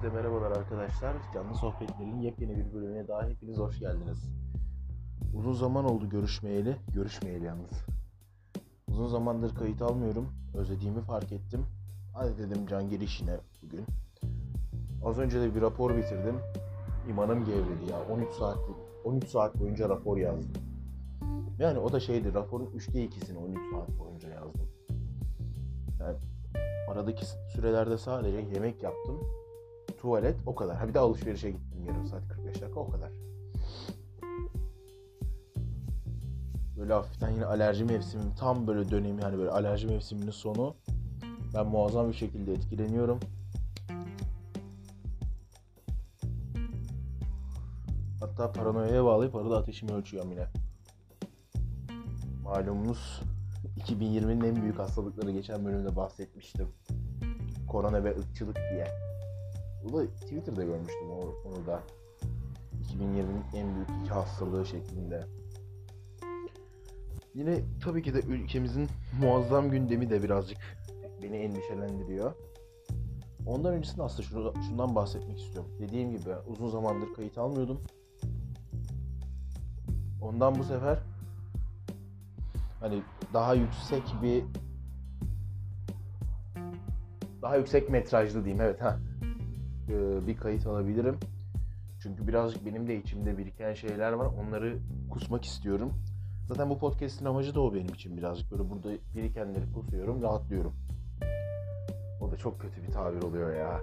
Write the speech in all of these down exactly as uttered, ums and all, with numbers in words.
Hepinize merhabalar arkadaşlar. Canlı Sohbetler'in yepyeni bir bölümüne daha hepiniz hoş geldiniz. Uzun zaman oldu görüşmeyeli. Görüşmeyeli yalnız. Uzun zamandır kayıt almıyorum. Özlediğimi fark ettim. Hadi dedim can gel işine bugün. Az önce de bir rapor bitirdim. İmanım gevredi ya. on üç saatlik, on üç saat boyunca rapor yazdım. Yani o da şeydi, raporun üçte ikisini on üç saat boyunca yazdım. Yani aradaki sürelerde sadece yemek yaptım. Tuvalet o kadar. Ha bir de alışverişe gittim yarım saat kırk beş dakika o kadar. Böyle hafiften yine alerji mevsimim tam böyle dönemi yani böyle alerji mevsiminin sonu. Ben muazzam bir şekilde etkileniyorum. Hatta paranoyaya bağlayıp arada ateşimi ölçüyorum yine. Malumunuz iki bin yirminin en büyük hastalıkları geçen bölümde bahsetmiştim. Korona ve ırkçılık diye. Bu da Twitter'da görmüştüm onu da. iki bin yirminin en büyük iki hastalığı şeklinde. Yine tabii ki de ülkemizin muazzam gündemi de birazcık beni endişelendiriyor. Ondan öncesinde aslında şundan bahsetmek istiyorum. Dediğim gibi uzun zamandır kayıt almıyordum. Ondan bu sefer hani daha yüksek bir daha yüksek metrajlı diyeyim evet ha bir kayıt alabilirim. Çünkü birazcık benim de içimde biriken şeyler var. Onları kusmak istiyorum. Zaten bu podcast'in amacı da o benim için birazcık. Böyle burada birikenleri kusuyorum, rahatlıyorum. O da çok kötü bir tabir oluyor ya.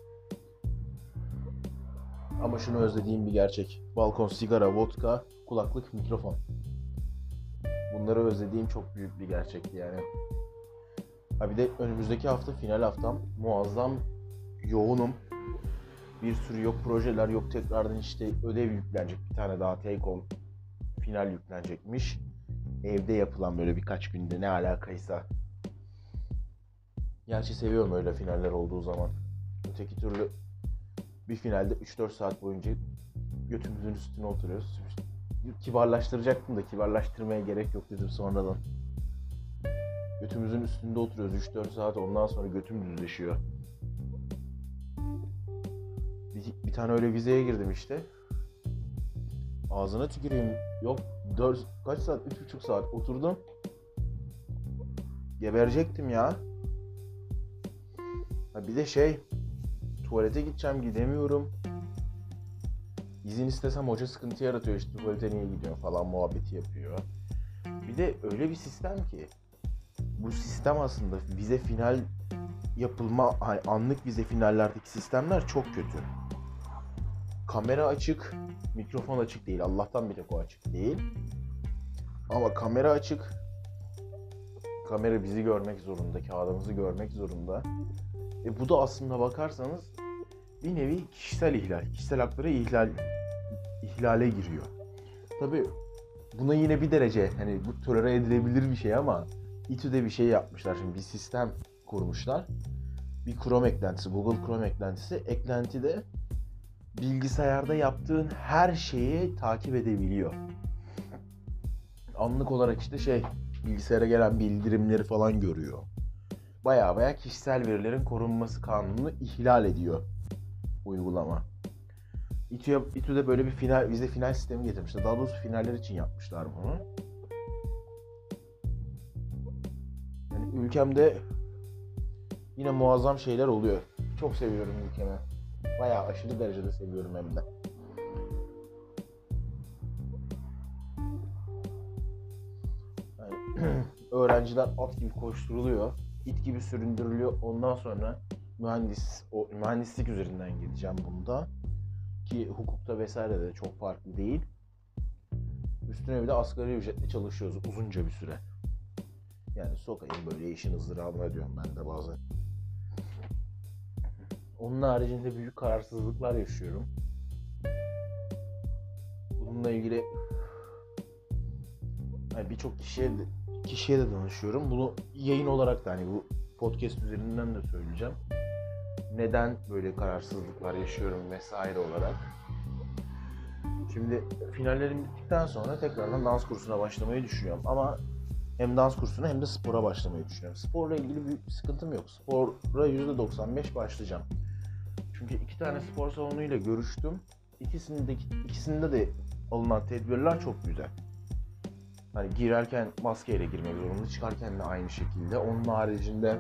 Ama şunu özlediğim bir gerçek. Balkon, sigara, vodka, kulaklık, mikrofon. Bunları özlediğim çok büyük bir gerçekti yani. Ha bir de önümüzdeki hafta final haftam. Muazzam yoğunum. Bir sürü yok projeler, yok tekrardan işte ödev yüklenecek. Bir tane daha take-home final yüklenecekmiş. Evde yapılan böyle birkaç günde ne alakaysa. Gerçi seviyorum öyle finaller olduğu zaman. Öteki türlü bir finalde üç dört saat boyunca götümüzün üstüne oturuyoruz. Kibarlaştıracaktım da kibarlaştırmaya gerek yok dedim sonradan. Götümüzün üstünde oturuyoruz üç dört saat, ondan sonra götüm düzleşiyor. Bir, bir tane öyle vizeye girdim işte. Ağzına tüküreyim. Yok dört kaç saat? üç buçuk saat oturdum. Geberecektim ya. Ha bir de şey, tuvalete gideceğim gidemiyorum. İzin istesem hoca sıkıntı yaratıyor, işte tuvalete niye gidiyorsun falan muhabbeti yapıyor. Bir de öyle bir sistem ki bu sistem aslında vize final yapılma, hani anlık vize finallerdeki sistemler çok kötü. Kamera açık, mikrofon açık değil. Allah'tan bir tek o açık değil. Ama kamera açık. Kamera bizi görmek zorunda, kağıdımızı görmek zorunda. E bu da aslında bakarsanız bir nevi kişisel ihlal, kişisel hakları ihlal ihlale giriyor. Tabii buna yine bir derece hani bu tolere edilebilir bir şey ama İTÜ'de bir şey yapmışlar. Şimdi bir sistem kurmuşlar. Bir Chrome eklentisi, Google Chrome eklentisi. Eklentide bilgisayarda yaptığın her şeyi takip edebiliyor. Anlık olarak işte şey, bilgisayara gelen bildirimleri falan görüyor. Baya baya kişisel verilerin korunması kanununu ihlal ediyor uygulama. İTÜ'ye, İTÜ'de böyle bir final, vize final sistemi getirmişler. Daha doğrusu finaller için yapmışlar bunu. Yani ülkemde yine muazzam şeyler oluyor. Çok seviyorum ülkemi. Bayağı aşırı derecede seviyorum hem de. Yani, öğrenciler at gibi koşturuluyor. İt gibi süründürülüyor. Ondan sonra mühendis, o mühendislik üzerinden gideceğim bunda. Ki hukukta vesaire de çok farklı değil. Üstüne bir de asgari ücretle çalışıyoruz uzunca bir süre. Yani sokayım böyle işin ızdırabına diyorum ben de bazen. Onun haricinde büyük kararsızlıklar yaşıyorum. Bununla ilgili yani birçok kişiye de, kişiye de danışıyorum. Bunu yayın olarak da hani bu podcast üzerinden de söyleyeceğim. Neden böyle kararsızlıklar yaşıyorum vesaire olarak. Şimdi finallerim bittikten sonra tekrardan dans kursuna başlamayı düşünüyorum. Ama hem dans kursuna hem de spora başlamayı düşünüyorum. Sporla ilgili büyük bir sıkıntım yok. Spora yüzde doksan beş başlayacağım. Çünkü iki tane spor salonuyla görüştüm. İkisinde, ikisinde de alınan tedbirler çok güzel. Hani girerken maskeyle girmek zorunda, çıkarken de aynı şekilde. Onun haricinde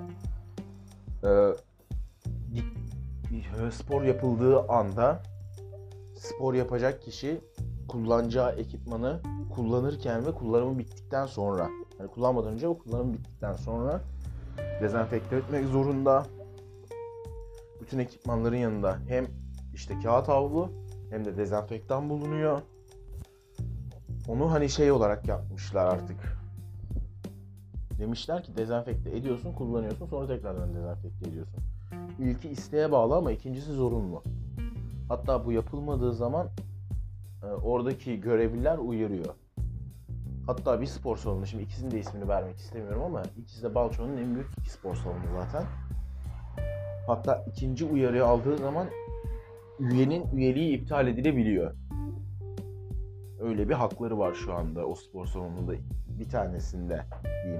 e, spor yapıldığı anda spor yapacak kişi kullanacağı ekipmanı kullanırken ve kullanımı bittikten sonra, yani kullanmadan önce ve kullanımı bittikten sonra dezenfekte etmek zorunda. Bütün ekipmanların yanında hem işte kağıt havlu hem de dezenfektan bulunuyor. Onu hani şey olarak yapmışlar artık. Demişler ki dezenfekte ediyorsun, kullanıyorsun, sonra tekrardan dezenfekte ediyorsun. İlki isteğe bağlı ama ikincisi zorunlu. Hatta bu yapılmadığı zaman e, oradaki görevliler uyarıyor. Hatta bir spor salonu, şimdi ikisinin de ismini vermek istemiyorum ama ikisi de Balçova'nın en büyük iki spor salonu zaten. Hatta ikinci uyarıyı aldığı zaman üyenin üyeliği iptal edilebiliyor. Öyle bir hakları var şu anda o spor salonunda bir tanesinde diyeyim.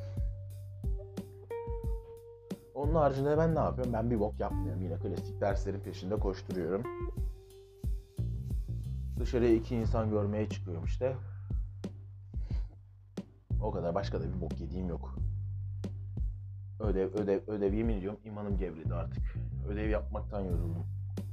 Onun haricinde ben ne yapıyorum? Ben bir bok yapmıyorum. Yine klasik derslerin peşinde koşturuyorum. Dışarıya iki insan görmeye çıkıyorum işte. O kadar, başka da bir bok yediğim yok. Ödev, ödev, ödev yemin ediyorum imanım gevredi artık. Ödev yapmaktan yoruldum.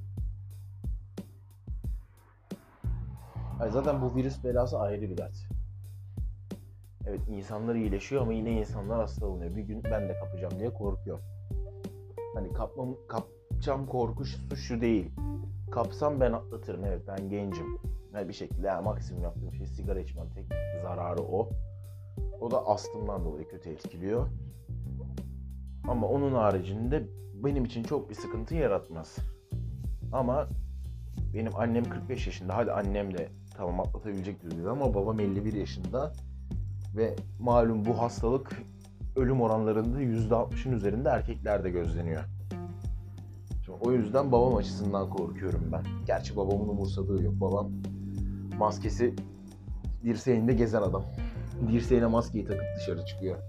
Ay zaten bu virüs belası ayrı bir dert. Evet, insanlar iyileşiyor ama yine insanlar hastalanıyor. Bir gün ben de kapacağım diye korkuyorum. Hani kapmam, kapacağım korkusu şu değil. Kapsam ben atlatırım, evet ben gencim. Yani bir şekilde yani maksimum yaptığım şey sigara içmem, tek zararı o. O da astımdan dolayı kötü etkiliyor. Ama onun haricinde benim için çok bir sıkıntı yaratmaz. Ama benim annem kırk beş yaşında. Hadi annem de tamam atlatabilecek düzeyde ama babam elli bir yaşında. Ve malum bu hastalık ölüm oranlarında yüzde altmışın üzerinde erkeklerde gözleniyor. Şimdi o yüzden babam açısından korkuyorum ben. Gerçi babamın umursadığı yok. Babam maskesi dirseğinde gezen adam. Dirseğine maskeyi takıp dışarı çıkıyor.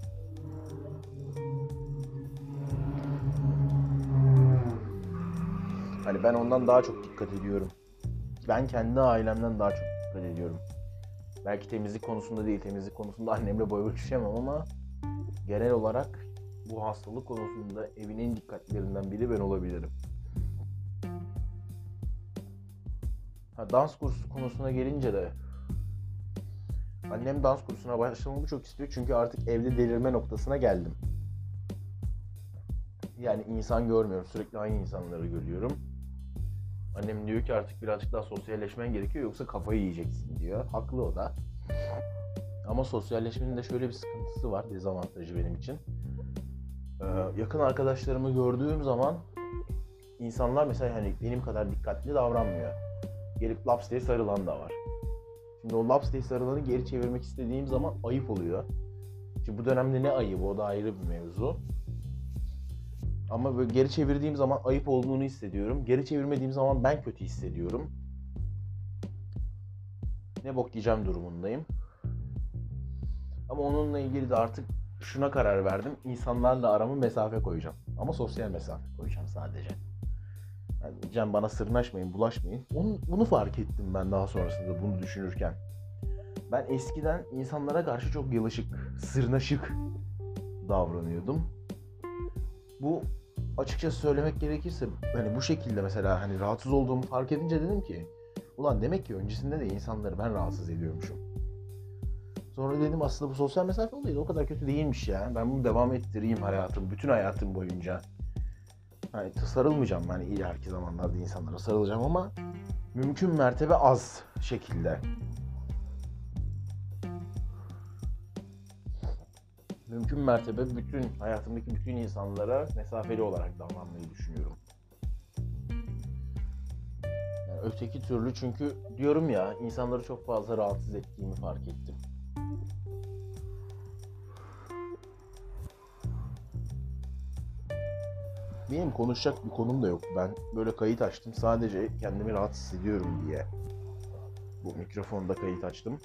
Hani ben ondan daha çok dikkat ediyorum. Ben kendi ailemden daha çok dikkat ediyorum. Belki temizlik konusunda değil, temizlik konusunda annemle boy ölçüşemem ama genel olarak bu hastalık konusunda evin en dikkatlilerinden biri ben olabilirim. Ha, dans kursu konusuna gelince de annem dans kursuna başlamamı çok istiyor çünkü artık evde delirme noktasına geldim. Yani insan görmüyorum, sürekli aynı insanları görüyorum. Annem diyor ki artık birazcık daha sosyalleşmen gerekiyor yoksa kafayı yiyeceksin diyor. Haklı o da. Ama sosyalleşmenin de şöyle bir sıkıntısı var, dezavantajı benim için. Ee, yakın arkadaşlarımı gördüğüm zaman insanlar mesela hani benim kadar dikkatli davranmıyor. Gelip laps diye sarılan da var. Şimdi o laps diye sarılanı geri çevirmek istediğim zaman ayıp oluyor. Şimdi bu dönemde ne ayıbı, o da ayrı bir mevzu. Ama böyle geri çevirdiğim zaman ayıp olduğunu hissediyorum. Geri çevirmediğim zaman ben kötü hissediyorum. Ne bok diyeceğim durumundayım. Ama onunla ilgili de artık şuna karar verdim. İnsanlarla aramı mesafe koyacağım. Ama sosyal mesafe koyacağım sadece. Yani diyeceğim bana sırnaşmayın, bulaşmayın. Onu, bunu fark ettim ben daha sonrasında bunu düşünürken. Ben eskiden insanlara karşı çok yılışık, sırnaşık davranıyordum. Bu açıkçası söylemek gerekirse hani bu şekilde mesela hani rahatsız olduğumu fark edince dedim ki ulan demek ki öncesinde de insanları ben rahatsız ediyormuşum. Sonra dedim aslında bu sosyal mesafe olayı o kadar kötü değilmiş ya. Ben bunu devam ettireyim hayatım, bütün hayatım boyunca. Hani sarılmayacağım hani ileriki zamanlarda insanlara sarılacağım ama mümkün mertebe az şekilde. Mümkün mertebe bütün hayatımdaki bütün insanlara mesafeli olarak davranmayı düşünüyorum. Yani öteki türlü çünkü diyorum ya insanları çok fazla rahatsız ettiğimi fark ettim. Benim konuşacak bir konum da yok. Ben böyle kayıt açtım sadece kendimi rahat hissediyorum diye. Bu mikrofonda kayıt açtım.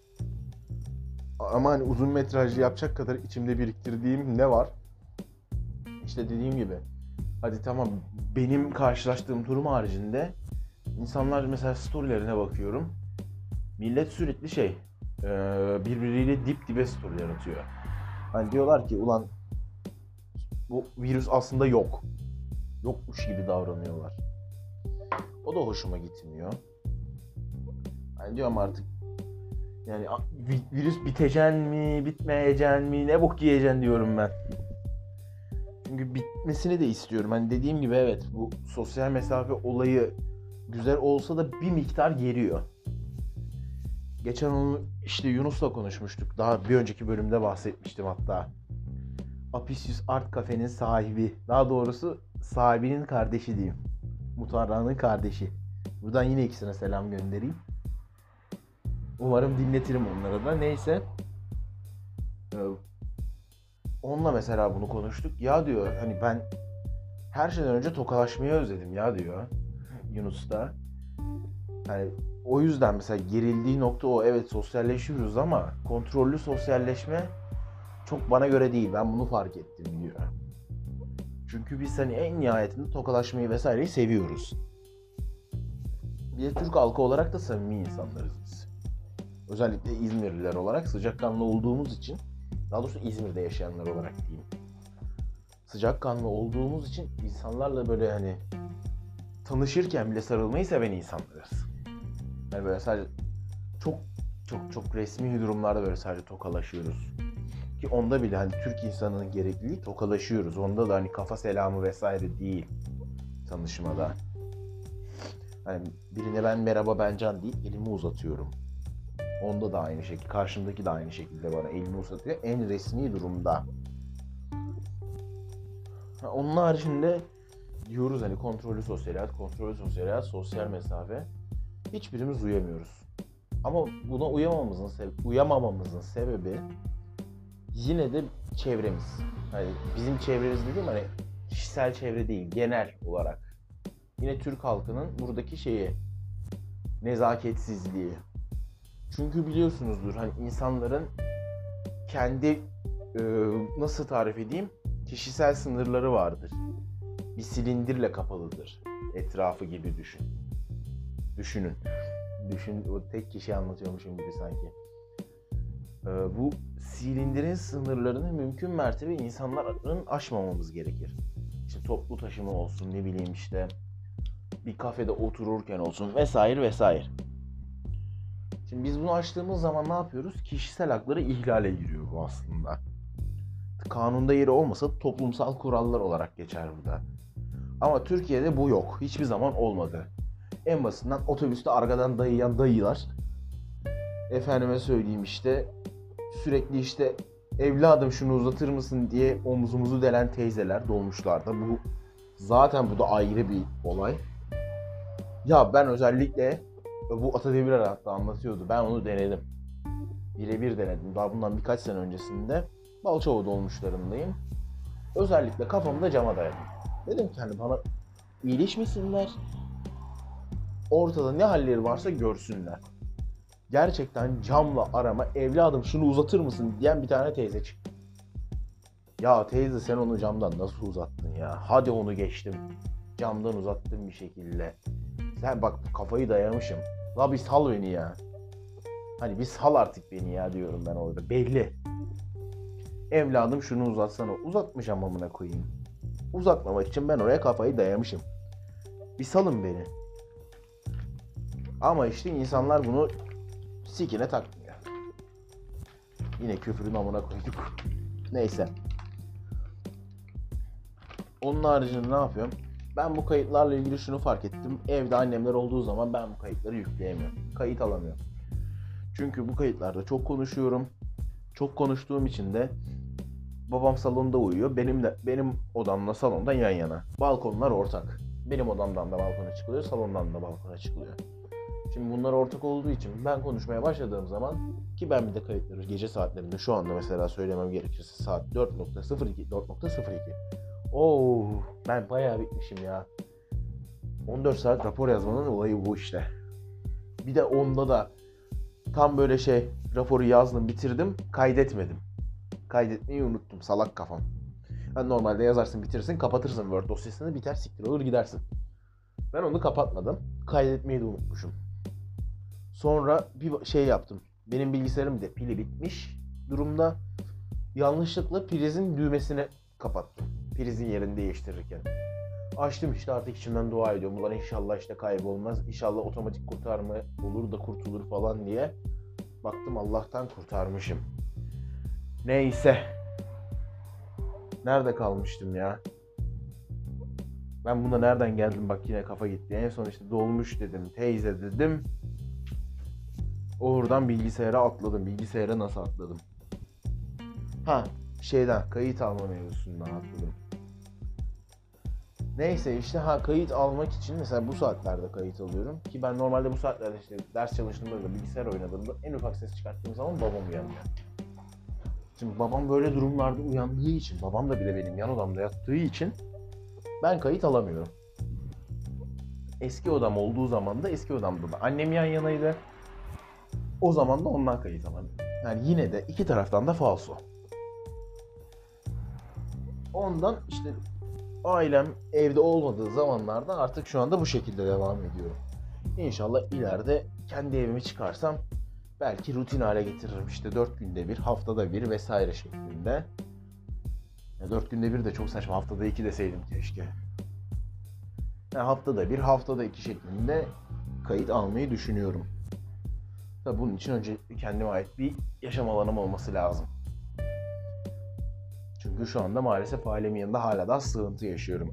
Ama hani uzun metrajlı yapacak kadar içimde biriktirdiğim ne var? İşte dediğim gibi hadi tamam, benim karşılaştığım durum haricinde insanlar mesela storylerine bakıyorum. Millet sürekli şey birbiriyle dip dibe storyler atıyor. Hani diyorlar ki ulan bu virüs aslında yok. Yokmuş gibi davranıyorlar. O da hoşuma gitmiyor. Hani diyorum artık yani virüs bitecek mi, bitmeyecek mi, ne bok yiyeceksin diyorum ben. Çünkü bitmesini de istiyorum. Hani dediğim gibi evet, bu sosyal mesafe olayı güzel olsa da bir miktar geriyor. Geçen onu işte Yunus'la konuşmuştuk. Daha bir önceki bölümde bahsetmiştim hatta. Apicius Art Cafe'nin sahibi. Daha doğrusu sahibinin kardeşi diyeyim. Mutarra'nın kardeşi. Buradan yine ikisine selam göndereyim. Umarım dinletirim onlara da. Neyse. Onunla mesela bunu konuştuk. Ya diyor hani ben her şeyden önce tokalaşmayı özledim ya diyor Yunus da. Hani o yüzden mesela gerildiği nokta o. Evet, sosyalleşiyoruz ama kontrollü sosyalleşme çok bana göre değil. Ben bunu fark ettim diyor. Çünkü biz hani en nihayetinde tokalaşmayı vesaireyi seviyoruz. Bir de Türk halkı olarak da samimi insanlarız biz. Özellikle İzmirliler olarak sıcakkanlı olduğumuz için, daha doğrusu İzmir'de yaşayanlar olarak diyeyim. Sıcakkanlı olduğumuz için insanlarla böyle hani tanışırken bile sarılmayı seven insanlarız. Yani böyle sadece çok çok çok resmi durumlarda böyle sadece tokalaşıyoruz. Ki onda bile hani Türk insanının gerekliliği tokalaşıyoruz. Onda da hani kafa selamı vesaire değil tanışmada. Hani birine ben merhaba ben Can deyip elimi uzatıyorum. Onda da aynı şekilde. Karşımdaki de aynı şekilde bana elini uzatıyor. En resmi durumda. Ha, onun haricinde diyoruz hani kontrollü sosyal hayat, kontrollü sosyal hayat, sosyal mesafe. Hiçbirimiz uyamıyoruz. Ama buna uyamamamızın, sebe- uyamamamızın sebebi yine de çevremiz. Hani bizim çevremiz dediğim hani kişisel çevre değil, genel olarak. Yine Türk halkının buradaki şeyi, nezaketsizliği. Çünkü biliyorsunuzdur hani insanların kendi e, nasıl tarif edeyim, kişisel sınırları vardır. Bir silindirle kapalıdır. Etrafı gibi düşün. Düşünün. Düşün, o tek kişi anlatıyormuşum gibi sanki. E, bu silindirin sınırlarını mümkün mertebe insanların aşmamamız gerekir. İşte toplu taşıma olsun, ne bileyim işte bir kafede otururken olsun vesaire vesaire. Şimdi biz bunu açtığımız zaman ne yapıyoruz? Kişisel hakları ihlale giriyor bu aslında. Kanunda yeri olmasa toplumsal kurallar olarak geçer burada. Ama Türkiye'de bu yok. Hiçbir zaman olmadı. En basitinden otobüste arkadan dayayan dayılar. Efendime söyleyeyim işte sürekli işte evladım şunu uzatır mısın diye omzumuzu delen teyzeler dolmuşlarda. Bu zaten bu da ayrı bir olay. Ya ben özellikle bu Atademirer hatta anlatıyordu. Ben onu denedim. Birebir denedim. Daha bundan birkaç sene öncesinde Balçova dolmuşlarındayım. Özellikle kafamı da cama dayadım. Dedim ki hani bana iyileşmesinler. Ortada ne halleri varsa görsünler. Gerçekten camla arama evladım şunu uzatır mısın diyen bir tane teyze çıktı. Ya teyze sen onu camdan nasıl uzattın ya? Hadi onu geçtim. Camdan uzattım bir şekilde. Sen bak kafayı dayamışım. La bir sal beni ya. Hani bir sal artık beni ya diyorum ben orada. Belli. Evladım şunu uzatsana. Uzatmışım amına koyayım. Uzatmamak için ben oraya kafayı dayamışım. Bir salın beni. Ama işte insanlar bunu sikine takmıyor. Yine küfrün amına koyduk. Neyse. Onun haricinde ne yapıyorum? Ben bu kayıtlarla ilgili şunu fark ettim. Evde annemler olduğu zaman ben bu kayıtları yükleyemiyorum. Kayıt alamıyorum. Çünkü bu kayıtlarda çok konuşuyorum. Çok konuştuğum için de babam salonda uyuyor. Benim de benim odamla salonda yan yana. Balkonlar ortak. Benim odamdan da balkona çıkılıyor, salondan da balkona çıkılıyor. Şimdi bunlar ortak olduğu için ben konuşmaya başladığım zaman ki ben bir de kayıtları gece saatlerinde şu anda mesela söylemem gerekirse saat dört nokta sıfır iki dört nokta sıfır iki. Oo, ben bayağı bitmişim ya. on dört saat rapor yazmanın olayı bu işte. Bir de onda da tam böyle şey raporu yazdım bitirdim kaydetmedim. Kaydetmeyi unuttum salak kafam. Ben normalde yazarsın, bitirirsin, kapatırsın Word dosyasını, biter, siktir olur gidersin. Ben onu kapatmadım. Kaydetmeyi de unutmuşum. Sonra bir şey yaptım. Benim bilgisayarım da pili bitmiş durumda. Yanlışlıkla prizin düğmesini kapattım. Prizin yerini değiştirirken. Açtım işte, artık içimden dua ediyorum. Ulan inşallah işte kaybolmaz. İnşallah otomatik kurtarma olur da kurtulur falan diye. Baktım Allah'tan kurtarmışım. Neyse. Nerede kalmıştım ya? Ben buna nereden geldim, bak yine kafa gitti. En son işte dolmuş dedim, teyze dedim. Oradan bilgisayara atladım. Bilgisayara nasıl atladım? Ha, şeyden, kayıt alma mevzusundan atladım. Neyse işte, ha kayıt almak için mesela bu saatlerde kayıt alıyorum. Ki ben normalde bu saatlerde işte ders çalıştığımda da bilgisayar oynadığımda en ufak ses çıkarttığım zaman babam uyanıyor. Şimdi babam böyle durumlarda uyandığı için, babam da bile benim yan odamda yattığı için ben kayıt alamıyorum. Eski odam olduğu zaman da eski odamda da annem yan yanaydı. O zaman da ondan kayıt alamıyorum. Yani yine de iki taraftan da falso. Ondan işte ailem evde olmadığı zamanlarda artık şu anda bu şekilde devam ediyorum. İnşallah ileride kendi evimi çıkarsam belki rutin hale getiririm. İşte dört günde bir, haftada bir vesaire şeklinde. Ya dört günde bir de çok saçma, haftada iki deseydim keşke. Yani haftada bir, haftada iki şeklinde kayıt almayı düşünüyorum. Tabii bunun için önce kendime ait bir yaşam alanım olması lazım. Çünkü şu anda maalesef ailemin yanında hala daha sığıntı yaşıyorum.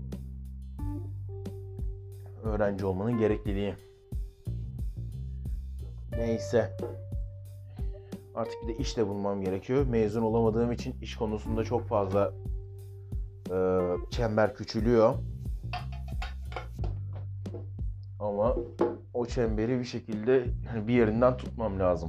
Öğrenci olmanın gerekliliği. Neyse. Artık bir de iş de bulmam gerekiyor. Mezun olamadığım için iş konusunda çok fazla e, çember küçülüyor. Ama o çemberi bir şekilde bir yerinden tutmam lazım.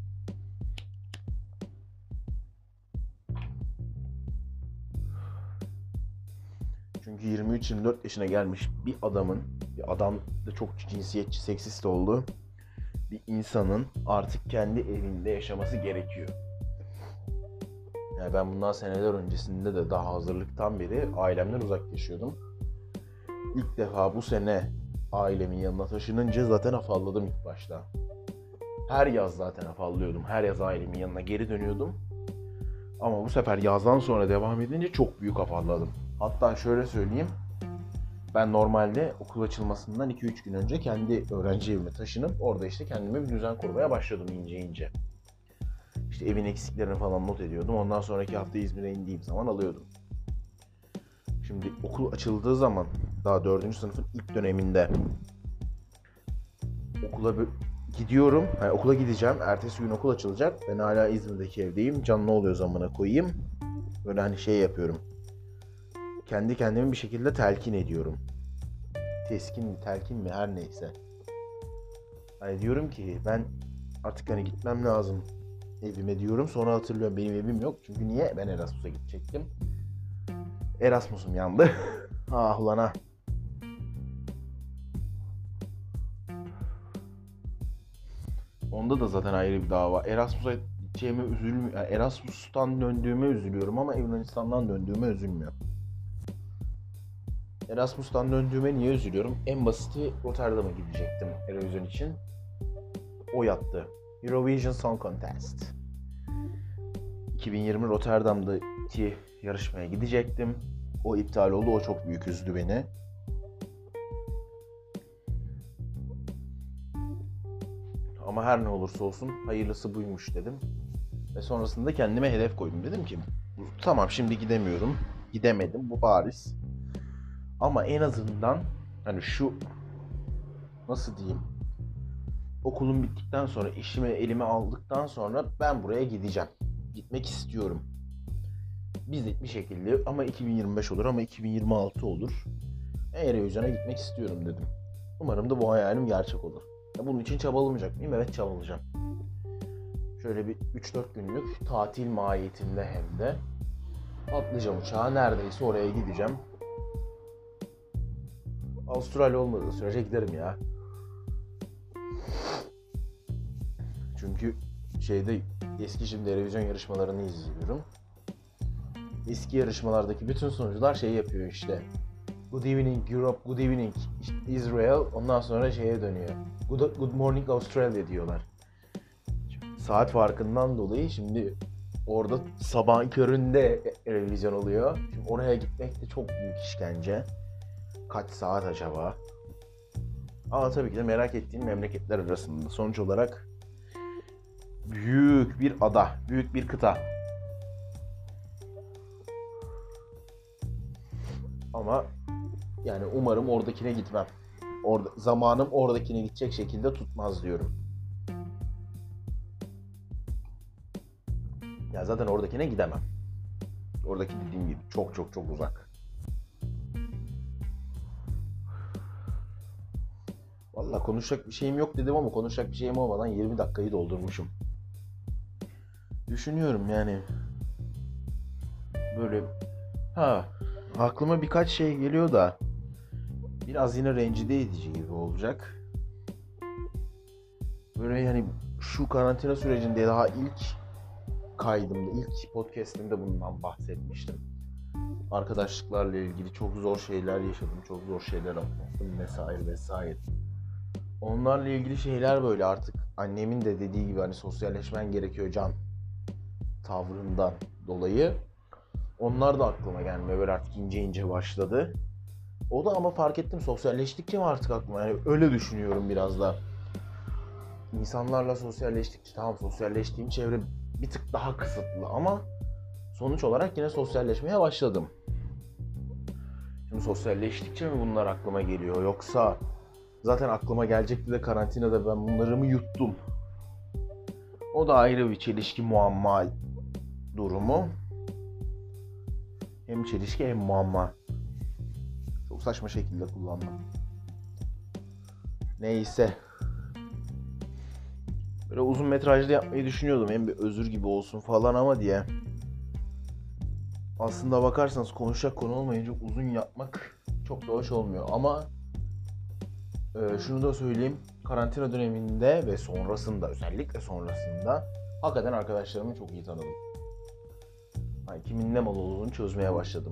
Çünkü yirmi üç yirmi dört yaşına gelmiş bir adamın, bir adam da çok cinsiyetçi, seksist olduğu bir insanın artık kendi evinde yaşaması gerekiyor. Yani ben bundan seneler öncesinde de daha hazırlıktan beri ailemden uzak yaşıyordum. İlk defa bu sene ailemin yanına taşınınca zaten afalladım ilk başta. Her yaz zaten afallıyordum. Her yaz ailemin yanına geri dönüyordum. Ama bu sefer yazdan sonra devam edince çok büyük afalladım. Hatta şöyle söyleyeyim. Ben normalde okul açılmasından iki üç gün önce kendi öğrenci evime taşınıp orada işte kendime bir düzen kurmaya başladım ince ince. İşte evin eksiklerini falan not ediyordum. Ondan sonraki hafta İzmir'e indiğim zaman alıyordum. Şimdi okul açıldığı zaman, daha dördüncü sınıfın ilk döneminde okula gidiyorum. Yani okula gideceğim. Ertesi gün okul açılacak. Ben hala İzmir'deki evdeyim. Can ne oluyor zamana koyayım. Böyle hani şey yapıyorum. Kendi kendime bir şekilde telkin ediyorum. Teskin mi, telkin mi, her neyse. Hani diyorum ki ben artık hani gitmem lazım evime diyorum. Sonra hatırlıyorum, benim evim yok. Çünkü niye? Ben Erasmus'a gidecektim. Erasmus'um yandı. Ah ulan ha. Onda da zaten ayrı bir dava. Erasmus'a gideceğime üzülmüyorum. Yani Erasmus'tan döndüğüme üzülüyorum ama Yunanistan'dan döndüğüme üzülmüyorum. Erasmus'tan döndüğüme niye üzülüyorum? En basiti Rotterdam'a gidecektim Eurovision için. O yattı. Eurovision Song Contest. iki bin yirmi Rotterdam'daki yarışmaya gidecektim. O iptal oldu. O çok büyük üzdü beni. Ama her ne olursa olsun hayırlısı buymuş dedim. Ve sonrasında kendime hedef koydum. Dedim ki tamam, şimdi gidemiyorum. Gidemedim, bu bariz. Ama en azından hani şu, nasıl diyeyim, okulum bittikten sonra, işimi elime aldıktan sonra ben buraya gideceğim. Gitmek istiyorum. Biz bir şekilde, ama iki bin yirmi beş olur, ama iki bin yirmi altı olur. Eurovision'a gitmek istiyorum dedim. Umarım da bu hayalim gerçek olur. Bunun için çabalamayacak mıyım? Evet, çabalayacağım. Şöyle bir üç dört günlük tatil mahiyetinde hem de atlayacağım uçağa, neredeyse oraya gideceğim. Avustralya olmadığı sürece giderim ya. Çünkü şeyde eski şimdi televizyon yarışmalarını izliyorum. eski yarışmalardaki bütün sunucular şey yapıyor işte. Good evening Europe, good evening Israel. Ondan sonra şeye dönüyor. Good, good morning Australia diyorlar. Saat farkından dolayı şimdi orada sabahın köründe revizyon oluyor. Şimdi oraya gitmek de çok büyük işkence. Kaç saat acaba? Ama tabii ki de merak ettiğim memleketler arasında. Sonuç olarak büyük bir ada, büyük bir kıta. Ama yani umarım oradakine gitmem. Orada zamanım oradakine gidecek şekilde tutmaz diyorum. Ya zaten oradakine gidemem. Oradaki dediğim gibi çok çok çok uzak. Vallahi konuşacak bir şeyim yok dedim ama konuşacak bir şeyim olmadan yirmi dakikayı doldurmuşum. Düşünüyorum yani. Böyle ha aklıma birkaç şey geliyor da biraz yine rencide edici gibi olacak. Böyle yani şu karantina sürecinde daha ilk kaydımda, ilk podcast'imde bundan bahsetmiştim. Arkadaşlıklarla ilgili çok zor şeyler yaşadım, çok zor şeyler atlattım vesaire vesaire. Onlarla ilgili şeyler böyle artık annemin de dediği gibi hani sosyalleşmen gerekiyor can tavrından dolayı. Onlar da aklıma gelmeye böyle artık ince ince başladı. O da ama fark ettim sosyalleştikçe mi artık aklıma yani öyle düşünüyorum biraz da. İnsanlarla sosyalleştikçe tamam sosyalleştiğim çevre bir tık daha kısıtlı ama sonuç olarak yine sosyalleşmeye başladım. Şimdi sosyalleştikçe mi bunlar aklıma geliyor yoksa zaten aklıma gelecekti de karantinada ben bunları mı yuttum? O da ayrı bir çelişki muamma durumu. Hem çelişki hem muamma. Çok saçma şekilde kullandım. Neyse. Böyle uzun metrajlı yapmayı düşünüyordum. Hem bir özür gibi olsun falan ama diye. Aslında bakarsanız konuşacak konu olmayınca uzun yapmak çok da hoş olmuyor. Ama e, şunu da söyleyeyim. Karantina döneminde ve sonrasında özellikle sonrasında hakikaten arkadaşlarımı çok iyi tanıdım. Yani kimin ne mal olduğunu çözmeye başladım.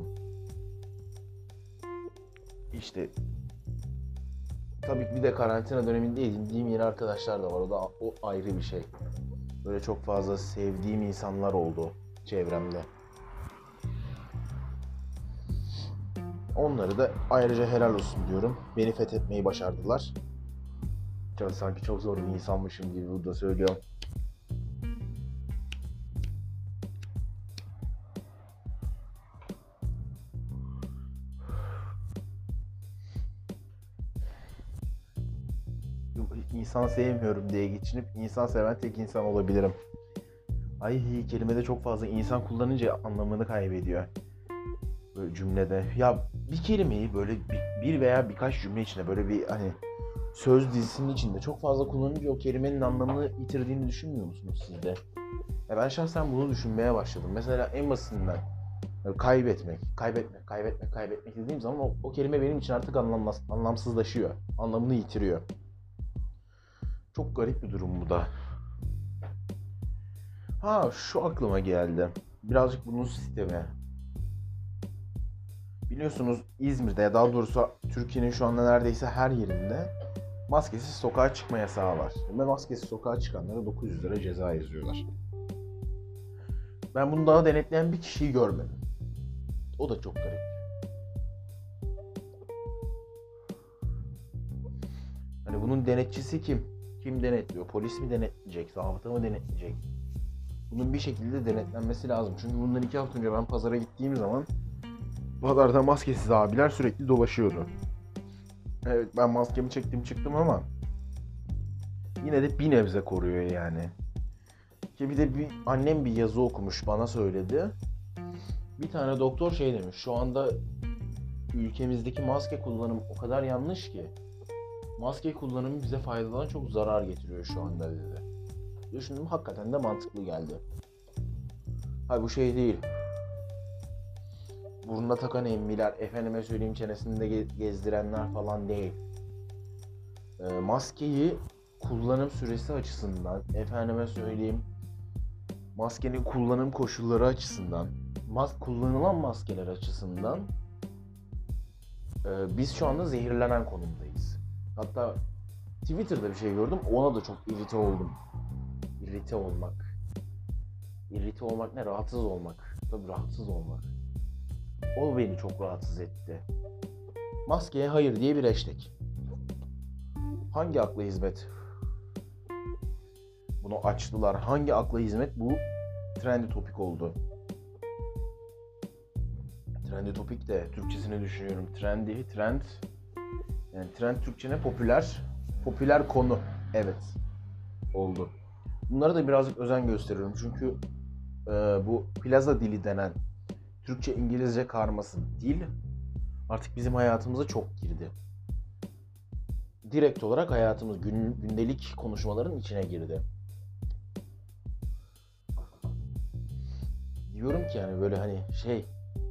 İşte tabii ki bir de karantina döneminde edindiğim yeni arkadaşlar da var. O da o ayrı bir şey. Böyle çok fazla sevdiğim insanlar oldu çevremde. Onları da ayrıca helal olsun diyorum. Beni fethetmeyi başardılar. Çok, sanki çok zor bir insanmışım gibi burada söylüyorum. İnsan sevmiyorum diye geçinip insan seven tek insan olabilirim. Ay kelimede çok fazla insan kullanınca anlamını kaybediyor. Böyle cümlede. Ya bir kelimeyi böyle bir veya birkaç cümle içinde böyle bir hani söz dizisinin içinde çok fazla kullanınca o kelimenin anlamını yitirdiğini düşünmüyor musunuz siz de? Ya ben şahsen bunu düşünmeye başladım. Mesela en basitinden kaybetmek, kaybetmek, kaybetmek, kaybetmek dediğim zaman o, o kelime benim için artık anlamsız, anlamsızlaşıyor. Anlamını yitiriyor. Çok garip bir durum bu da. Ha şu aklıma geldi. Birazcık bunun sistemi. Biliyorsunuz İzmir'de ya daha doğrusu Türkiye'nin şu anda neredeyse her yerinde maskesiz sokağa çıkma yasağı var. Ve maskesiz sokağa çıkanlara dokuz yüz lira ceza yazıyorlar. Ben bunu daha denetleyen bir kişiyi görmedim. O da çok garip. Hani bunun denetçisi kim? Kim denetliyor? Polis mi denetleyecek? Zabıta mı denetleyecek? Bunun bir şekilde denetlenmesi lazım. Çünkü bundan iki hafta önce ben pazara gittiğim zaman pazarda maskesiz abiler sürekli dolaşıyordu. Evet ben maskemi çektim çıktım ama yine de bir nebze koruyor yani. Ki bir de bir annem bir yazı okumuş bana söyledi. Bir tane doktor şey demiş. Şu anda ülkemizdeki maske kullanımı o kadar yanlış ki maske kullanımı bize faydadan çok zarar getiriyor şu anda dedi. Düşündüm hakikaten de mantıklı geldi. Hayır bu şey değil. Burnuna takan emmiler, efendime söyleyeyim çenesinde gezdirenler falan değil. E, maskeyi kullanım süresi açısından, efendime söyleyeyim maskenin kullanım koşulları açısından mas- kullanılan maskeler açısından e, biz şu anda zehirlenen konumdayız. Hatta Twitter'da bir şey gördüm, ona da çok irite oldum. İrite olmak. İrite olmak ne? Rahatsız olmak. Tabii rahatsız olmak. O beni çok rahatsız etti. Maskeye hayır diye bir hashtag. Hangi akla hizmet bunu açtılar? Hangi akla hizmet bu trendy topik oldu? Trendy topik de Türkçesini düşünüyorum. Trendy, trend. Yani trend Türkçe ne? Popüler. Popüler konu. Evet. Oldu. Bunlara da birazcık özen gösteriyorum. Çünkü e, bu plaza dili denen Türkçe İngilizce karması dil artık bizim hayatımıza çok girdi. Direkt olarak hayatımız, gün, gündelik konuşmaların içine girdi. Diyorum ki yani böyle hani şey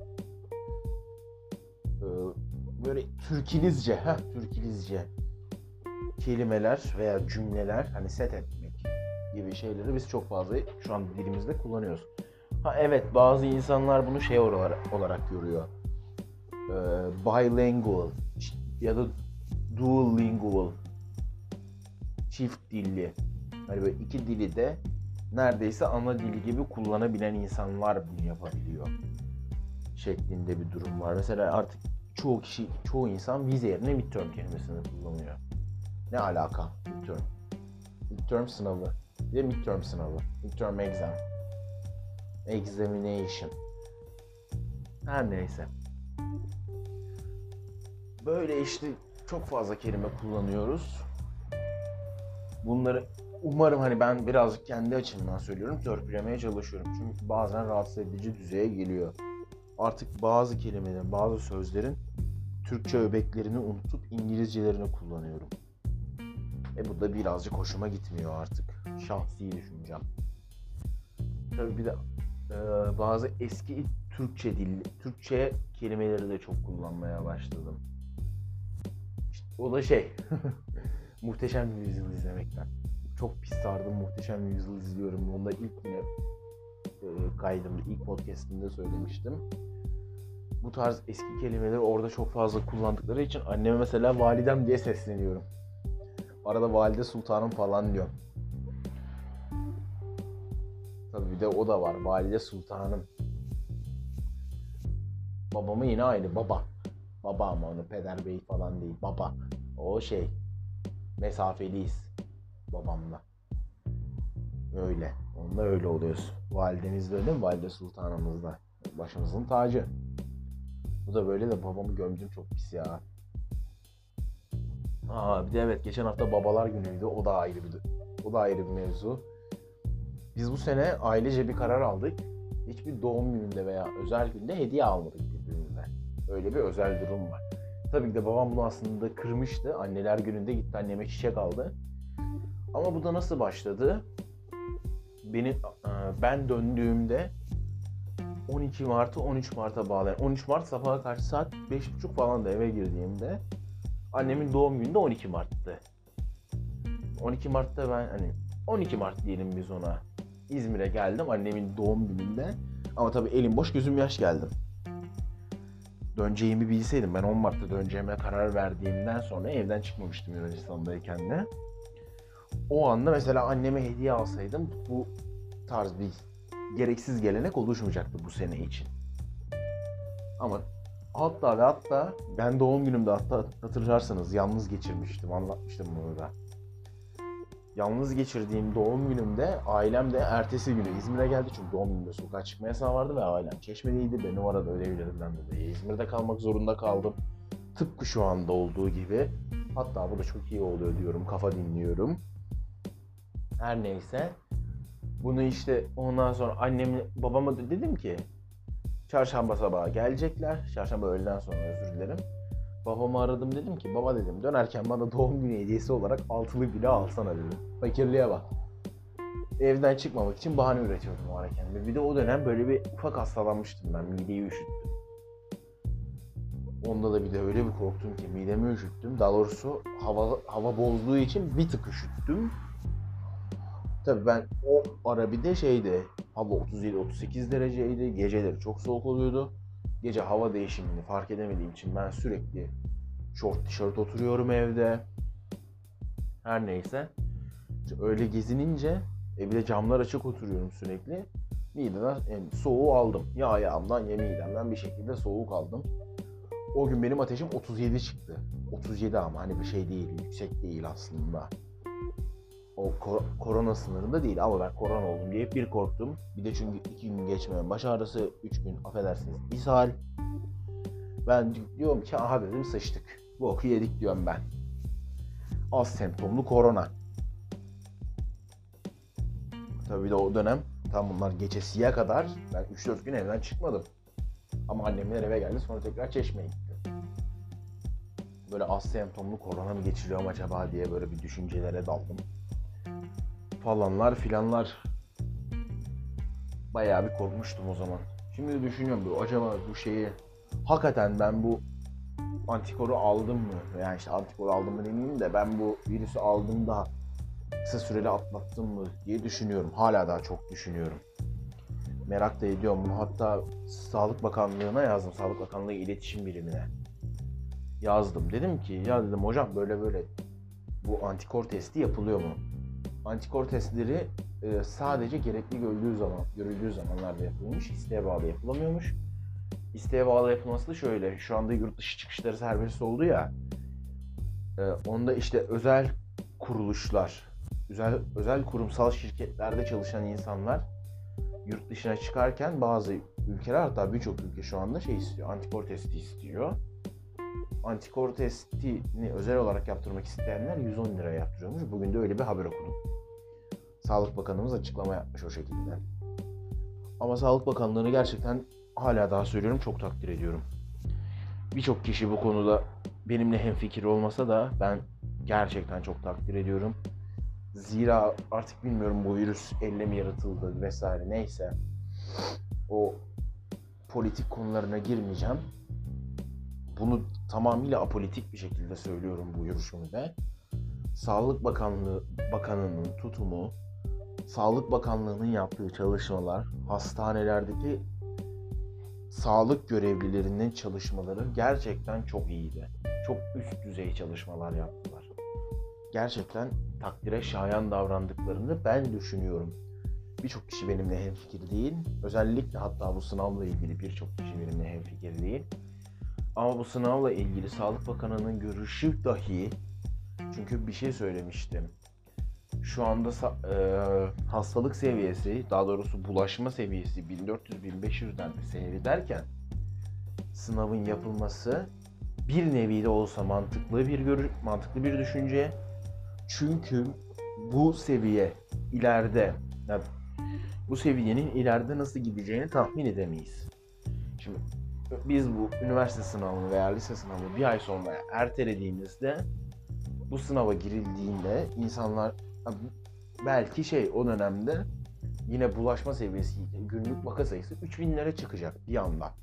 e, böyle Türkilizce, ha Türkilizce kelimeler veya cümleler hani set etmek gibi şeyleri biz çok fazla şu an dilimizde kullanıyoruz. Ha evet, bazı insanlar bunu şey olarak, olarak görüyor. Ee, bilingual ya da dual lingual, çift dilli. Hani böyle iki dili de neredeyse ana dili gibi kullanabilen insanlar bunu yapabiliyor şeklinde bir durum var. Mesela artık çoğu kişi, çoğu insan vize yerine midterm kelimesini kullanıyor. Ne alaka? Midterm. Midterm sınavı. Bir de midterm sınavı. Midterm exam. Examination. Her neyse. Böyle işte çok fazla kelime kullanıyoruz. Bunları umarım hani ben birazcık kendi açımdan söylüyorum, törpülemeye çalışıyorum. Çünkü bazen rahatsız edici düzeye geliyor. Artık bazı kelimelerin, bazı sözlerin Türkçe öbeklerini unutup İngilizcelerini kullanıyorum. E bu da birazcık hoşuma gitmiyor artık. Şahsi düşüncem. Tabii bir de e, bazı eski Türkçe dil, Türkçe kelimeleri de çok kullanmaya başladım. İşte o da şey, Muhteşem Yüzyıl izlemekten. Çok pis sardım, Muhteşem Yüzyıl izliyorum. Onu da ilk yine e, kaydımda, ilk podcastimde söylemiştim. Bu tarz eski kelimeleri orada çok fazla kullandıkları için anneme mesela validem diye sesleniyorum. Arada valide sultanım falan diyorum. Tabii bir de o da var, valide sultanım. Babamı yine aynı, baba. Baba ama onu peder bey falan değil, baba. O şey, mesafeliyiz babamla. Öyle. Onunla öyle oluyoruz. Validemiz de öyle mi? Valide sultanımız da. Başımızın tacı. Bu da böyle de babamı gömdüm çok pis ya. Aa bir de evet, geçen hafta babalar günüydü. O da ayrı bir o da ayrı bir mevzu. Biz bu sene ailece bir karar aldık. Hiçbir doğum gününde veya özel günde hediye almadık birbirimize. Öyle bir özel durum var. Tabii ki de babam bunu aslında kırmıştı. Anneler gününde gitti anneme çiçek aldı. Ama bu da nasıl başladı? Benim ben döndüğümde on iki Mart'ı on üç Mart'a bağlayan, on üç Mart sabaha karşı saat beş buçuk falan da eve girdiğimde annemin doğum günü de on iki Mart'tı. on iki Mart'ta ben hani on iki Mart diyelim biz ona. İzmir'e geldim annemin doğum gününde. Ama tabii elim boş gözüm yaş geldim. Döneceğimi bilseydim, ben on Mart'ta döneceğime karar verdiğimden sonra evden çıkmamıştım Yunanistan'dayken de. O anda mesela anneme hediye alsaydım bu tarz bir gereksiz gelenek oluşmayacaktı bu sene için. Ama hatta ve hatta ben doğum günümde, hatta hatırlarsanız yalnız geçirmiştim, anlatmıştım bunu da. Yalnız geçirdiğim doğum günümde ailem de ertesi günü İzmir'e geldi çünkü doğum günümde sokağa çıkma yasağı vardı ve ailem Çeşme'deydi. Benim arada ödevlerimden dolayı İzmir'de kalmak zorunda kaldım. Tıpkı şu anda olduğu gibi. Hatta bu da çok iyi oluyor diyorum, kafa dinliyorum. Her neyse. Bunu işte ondan sonra annemle babama da dedim ki çarşamba sabahı gelecekler. Çarşamba öğleden sonra, özür dilerim. Babamı aradım, dedim ki baba dedim dönerken bana doğum günü hediyesi olarak altılı bile alsana dedim. Fakirliğe bak. Evden çıkmamak için bahane üretiyordum o ara kendime. Bir de o dönem böyle bir ufak hastalanmıştım ben. Mideyi üşüttüm. Onda da bir de öyle bir korktum ki midemi üşüttüm. Daha doğrusu hava, hava bozduğu için bir tık üşüttüm. Tabii ben o ara bir de şeydi, hava otuz yedi otuz sekiz dereceydi, geceleri çok soğuk oluyordu. Gece hava değişimini fark edemediğim için ben sürekli şort tişört oturuyorum evde. Her neyse. İşte öyle gezinince e bir de camlar açık oturuyorum sürekli. Mideden yani soğuğu aldım. Ya ayağımdan ya midemden bir şekilde soğuk aldım. O gün benim ateşim otuz yedi çıktı. otuz yedi ama hani bir şey değil, yüksek değil aslında. O kor- korona sınırında değil ama ben korona oldum diye bir korktum. Bir de çünkü iki gün geçmeyen baş ağrısı, üç gün affedersiniz ishal. Ben diyorum ki aha dedim sıçtık. Bu oku yedik diyorum ben. Az semptomlu korona. Tabii de o dönem tam bunlar gecesiye kadar ben üç dört gün evden çıkmadım. Ama annemler eve geldi sonra tekrar Çeşme'ye gitti. Böyle az semptomlu korona mı geçiriyorum acaba diye böyle bir düşüncelere daldım. Falanlar filanlar. Bayağı bir korkmuştum o zaman. Şimdi de düşünüyorum bu acaba bu şeyi hakikaten ben bu antikoru aldım mı? Yani işte antikoru aldım mı demeyeyim de ben bu virüsü aldım da kısa süreli atlattım mı diye düşünüyorum. Hala daha çok düşünüyorum. Merak da ediyorum bunu. Hatta Sağlık Bakanlığı'na yazdım. Sağlık Bakanlığı İletişim Birimine yazdım. Dedim ki ya dedim hocam böyle böyle bu antikor testi yapılıyor mu? Antikor testleri e, sadece gerekli görüldüğü zaman, görüldüğü zamanlarda yapılmış. İsteğe bağlı yapılamıyormuş. İsteğe bağlı yapılması da şöyle. Şu anda yurt dışı çıkışları serbest oldu ya. E, onda işte özel kuruluşlar, özel özel kurumsal şirketlerde çalışan insanlar yurt dışına çıkarken bazı ülkeler hatta birçok ülke şu anda şey istiyor. Antikor testi istiyor. Antikor testini özel olarak yaptırmak isteyenler yüz on liraya yaptırıyormuş. Bugün de öyle bir haber okudum. Sağlık Bakanımız açıklama yapmış o şekilde. Ama Sağlık Bakanlığı'nı gerçekten hala daha söylüyorum çok takdir ediyorum. Birçok kişi bu konuda benimle hemfikir olmasa da ben gerçekten çok takdir ediyorum. Zira artık bilmiyorum bu virüs elle mi yaratıldı vesaire neyse. O politik konularına girmeyeceğim. Bunu tamamıyla apolitik bir şekilde söylüyorum bu görüşümde. Sağlık Bakanlığı Bakanı'nın tutumu, Sağlık Bakanlığı'nın yaptığı çalışmalar, hastanelerdeki sağlık görevlilerinin çalışmaları gerçekten çok iyiydi. Çok üst düzey çalışmalar yaptılar. Gerçekten takdire şayan davrandıklarını ben düşünüyorum. Birçok kişi benimle hemfikir değil. Özellikle hatta bu sınavla ilgili birçok kişi benimle hemfikir değil. Ama bu sınavla ilgili Sağlık Bakanı'nın görüşü dahi, çünkü bir şey söylemiştim. Şu anda e, hastalık seviyesi, daha doğrusu bulaşma seviyesi bin dört yüz bin beş yüzden seyrederken sınavın yapılması bir nevi de olsa mantıklı bir görü mantıklı bir düşünce. Çünkü bu seviye ileride, yani bu seviyenin ileride nasıl gideceğini tahmin edemeyiz. Şimdi biz bu üniversite sınavını veya lise sınavını bir ay sonra ertelediğimizde bu sınava girildiğinde insanlar belki şey o dönemde yine bulaşma seviyesi günlük vaka sayısı üç binlere çıkacak bir anda.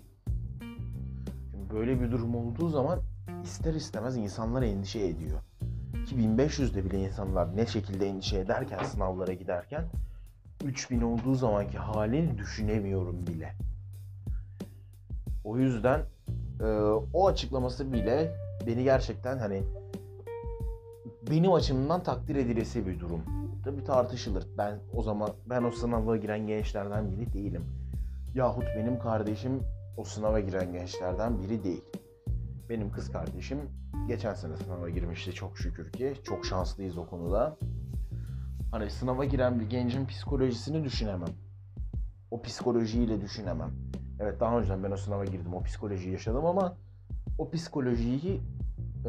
Şimdi böyle bir durum olduğu zaman ister istemez insanlar endişe ediyor. Ki bin beş yüzde bile insanlar ne şekilde endişe ederken sınavlara giderken üç bin olduğu zamanki halini düşünemiyorum bile. O yüzden e, o açıklaması bile beni gerçekten hani benim açımdan takdir edilesi bir durum. Tabii tartışılır. Ben o zaman ben o sınava giren gençlerden biri değilim. Yahut benim kardeşim o sınava giren gençlerden biri değil. Benim kız kardeşim geçen sene sınava girmişti çok şükür ki. Çok şanslıyız o konuda. Hani sınava giren bir gencin psikolojisini düşünemem. O psikolojiyle düşünemem. Evet daha önceden ben o sınava girdim. O psikolojiyi yaşadım ama o psikolojiyi e,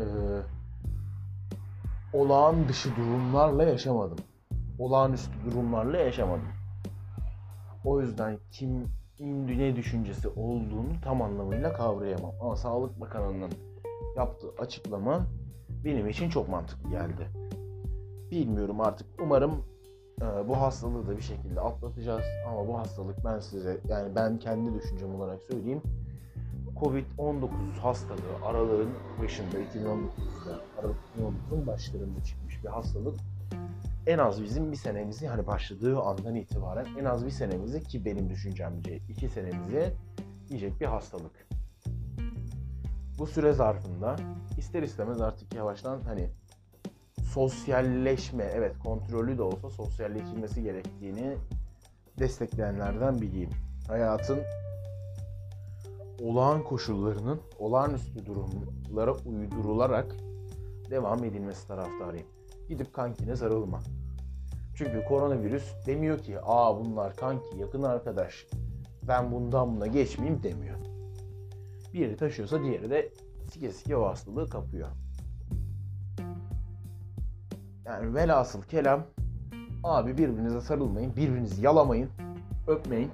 olağan dışı durumlarla yaşamadım. Olağanüstü durumlarla yaşamadım. O yüzden kimin ne düşüncesi olduğunu tam anlamıyla kavrayamam. Ama Sağlık Bakanı'nın yaptığı açıklama benim için çok mantıklı geldi. Bilmiyorum artık. Umarım e, bu hastalığı da bir şekilde atlatacağız. Ama bu hastalık ben size, yani ben kendi düşüncem olarak söyleyeyim. covid on dokuz hastalığı aralığın başında iki bin on dokuzda, Aralık iki bin on dokuzun başlarında çıkmış bir hastalık. en az bizim bir senemizi, hani başladığı andan itibaren en az bir senemizi, ki benim düşüncemce iki senemizi yiyecek bir hastalık. Bu süre zarfında ister istemez artık yavaştan hani sosyalleşme, evet kontrollü de olsa sosyalleşilmesi gerektiğini destekleyenlerden biriyim. Hayatın olağan koşullarının olağanüstü durumlara uydurularak devam edilmesi taraftarıyım. Gidip kankine sarılma. Çünkü koronavirüs demiyor ki aa bunlar kanki, yakın arkadaş, ben bundan buna geçmeyeyim demiyor. Biri taşıyorsa diğeri de sike sike o hastalığı kapıyor. Yani velhasıl kelam, abi birbirinize sarılmayın, birbirinizi yalamayın, öpmeyin.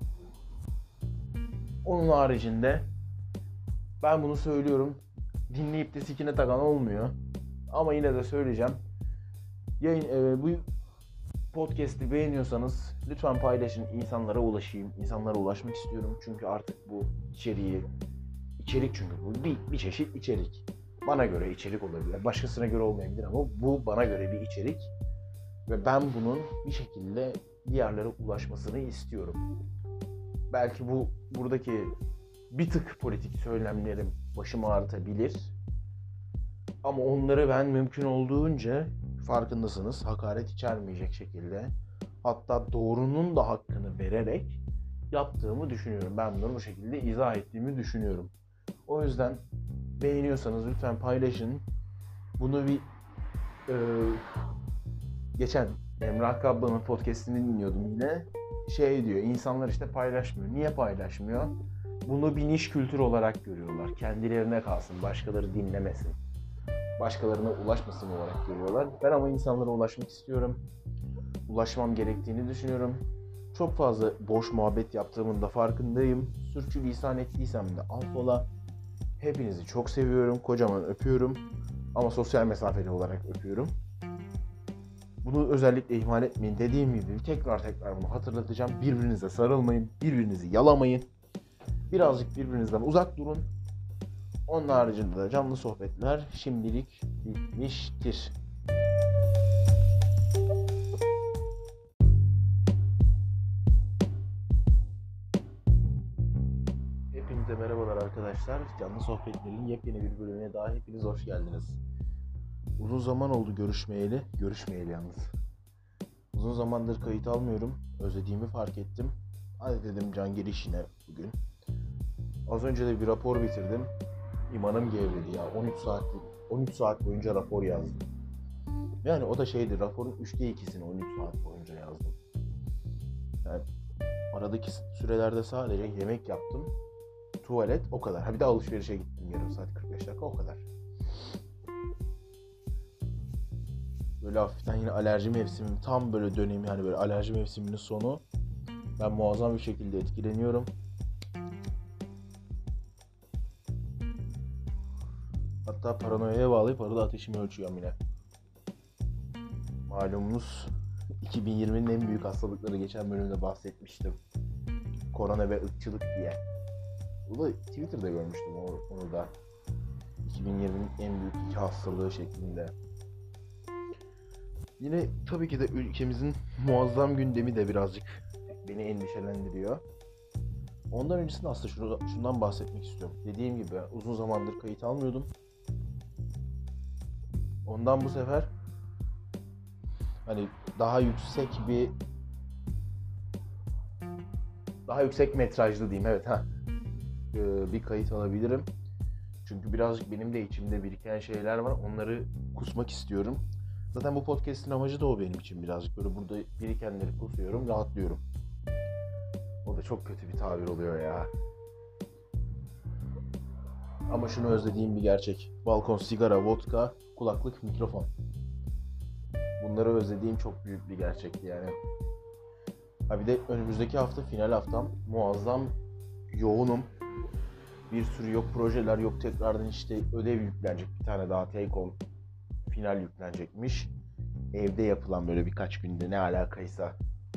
Onun haricinde ben bunu söylüyorum, dinleyip de sikine takan olmuyor. Ama yine de söyleyeceğim. Yayın, e, bu podcast'i beğeniyorsanız lütfen paylaşın, insanlara ulaşayım. İnsanlara ulaşmak istiyorum çünkü artık bu içeriği, içerik çünkü bu bir, bir çeşit içerik. Bana göre içerik olabilir, başkasına göre olmayabilir ama bu bana göre bir içerik. Ve ben bunun bir şekilde diğerlere ulaşmasını istiyorum. Belki bu buradaki bir tık politik söylemlerim başımı ağrıtabilir. Ama onları ben mümkün olduğunca, farkındasınız, hakaret içermeyecek şekilde, hatta doğrunun da hakkını vererek yaptığımı düşünüyorum. Ben bunu bu şekilde izah ettiğimi düşünüyorum. O yüzden beğeniyorsanız lütfen paylaşın. Bunu bir e, geçen Emrah Kabla'nın podcast'ini dinliyordum yine. Şey diyor, insanlar işte paylaşmıyor. Niye paylaşmıyor? Bunu bir niş kültür olarak görüyorlar. Kendilerine kalsın, başkaları dinlemesin, başkalarına ulaşmasın olarak görüyorlar. Ben ama insanlara ulaşmak istiyorum. Ulaşmam gerektiğini düşünüyorum. Çok fazla boş muhabbet yaptığımın da farkındayım. Sürçülisan ettiysem de affola. Hepinizi çok seviyorum. Kocaman öpüyorum. Ama sosyal mesafeli olarak öpüyorum. Bunu özellikle ihmal etmeyin. Dediğim gibi tekrar tekrar bunu hatırlatacağım. Birbirinize sarılmayın. Birbirinizi yalamayın. Birazcık birbirinizden uzak durun. Onun haricinde de canlı sohbetler şimdilik bitmiştir. Hepinize merhabalar arkadaşlar. Canlı sohbetlerin yepyeni bir bölümüne daha hepiniz hoş geldiniz. Uzun zaman oldu görüşmeyeli. Görüşmeyeli yalnız. Uzun zamandır kayıt almıyorum. Özlediğimi fark ettim. Hadi dedim can gelişine bugün. Az önce de bir rapor bitirdim. İmanım gevredi ya. on üç saat on üç saat boyunca rapor yazdım. Yani o da şeydi, raporun üçte ikisini on üç saat boyunca yazdım. Yani aradaki sürelerde sadece yemek yaptım. Tuvalet, o kadar. Ha bir de alışverişe gittim yarım saat kırk beş dakika, o kadar. Böyle hafiften yine alerji mevsimim, tam böyle dönemi, yani böyle alerji mevsiminin sonu. Ben muazzam bir şekilde etkileniyorum. Hatta paranoyaya bağlayıp arada ateşimi ölçüyorum yine. Malumunuz iki bin yirminin en büyük hastalıkları geçen bölümde bahsetmiştim. Korona ve ırkçılık diye. Bu da Twitter'da görmüştüm onu da. iki bin yirminin en büyük iki hastalığı şeklinde. Yine tabii ki de ülkemizin muazzam gündemi de birazcık beni endişelendiriyor. Ondan öncesinde aslında şundan bahsetmek istiyorum. Dediğim gibi uzun zamandır kayıt almıyordum. Ondan bu sefer hani daha yüksek bir daha yüksek metrajlı diyeyim, evet ha ee, bir kayıt alabilirim. Çünkü birazcık benim de içimde biriken şeyler var. Onları kusmak istiyorum. Zaten bu podcast'in amacı da o benim için birazcık. Böyle burada birikenleri kusuyorum, rahatlıyorum. O da çok kötü bir tabir oluyor ya. Ama şunu özlediğim bir gerçek. Balkon, sigara, vodka, kulaklık, mikrofon. Bunları özlediğim çok büyük bir gerçekti yani. Ha bir de önümüzdeki hafta final haftam. Muazzam yoğunum. Bir sürü yok projeler, yok tekrardan işte ödev yüklenecek. Bir tane daha take home final yüklenecekmiş. Evde yapılan böyle birkaç günde, ne alakaysa.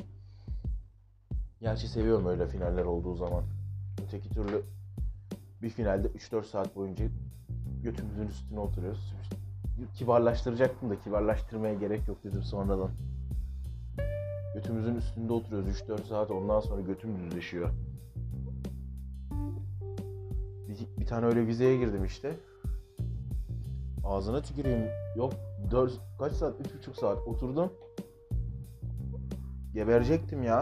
Gerçi seviyorum öyle finaller olduğu zaman. Öteki türlü bir finalde üç dört saat boyunca götümüzün üstüne oturuyoruz. kibarlaştıracaktım da kibarlaştırmaya gerek yok dedim sonradan. Götümüzün üstünde oturuyoruz üç dört saat, ondan sonra götüm düzleşiyor. Bir, bir tane öyle vizeye girdim işte. Ağzına tüküreyim. Yok dört kaç saat? üç buçuk saat oturdum. Geberecektim ya.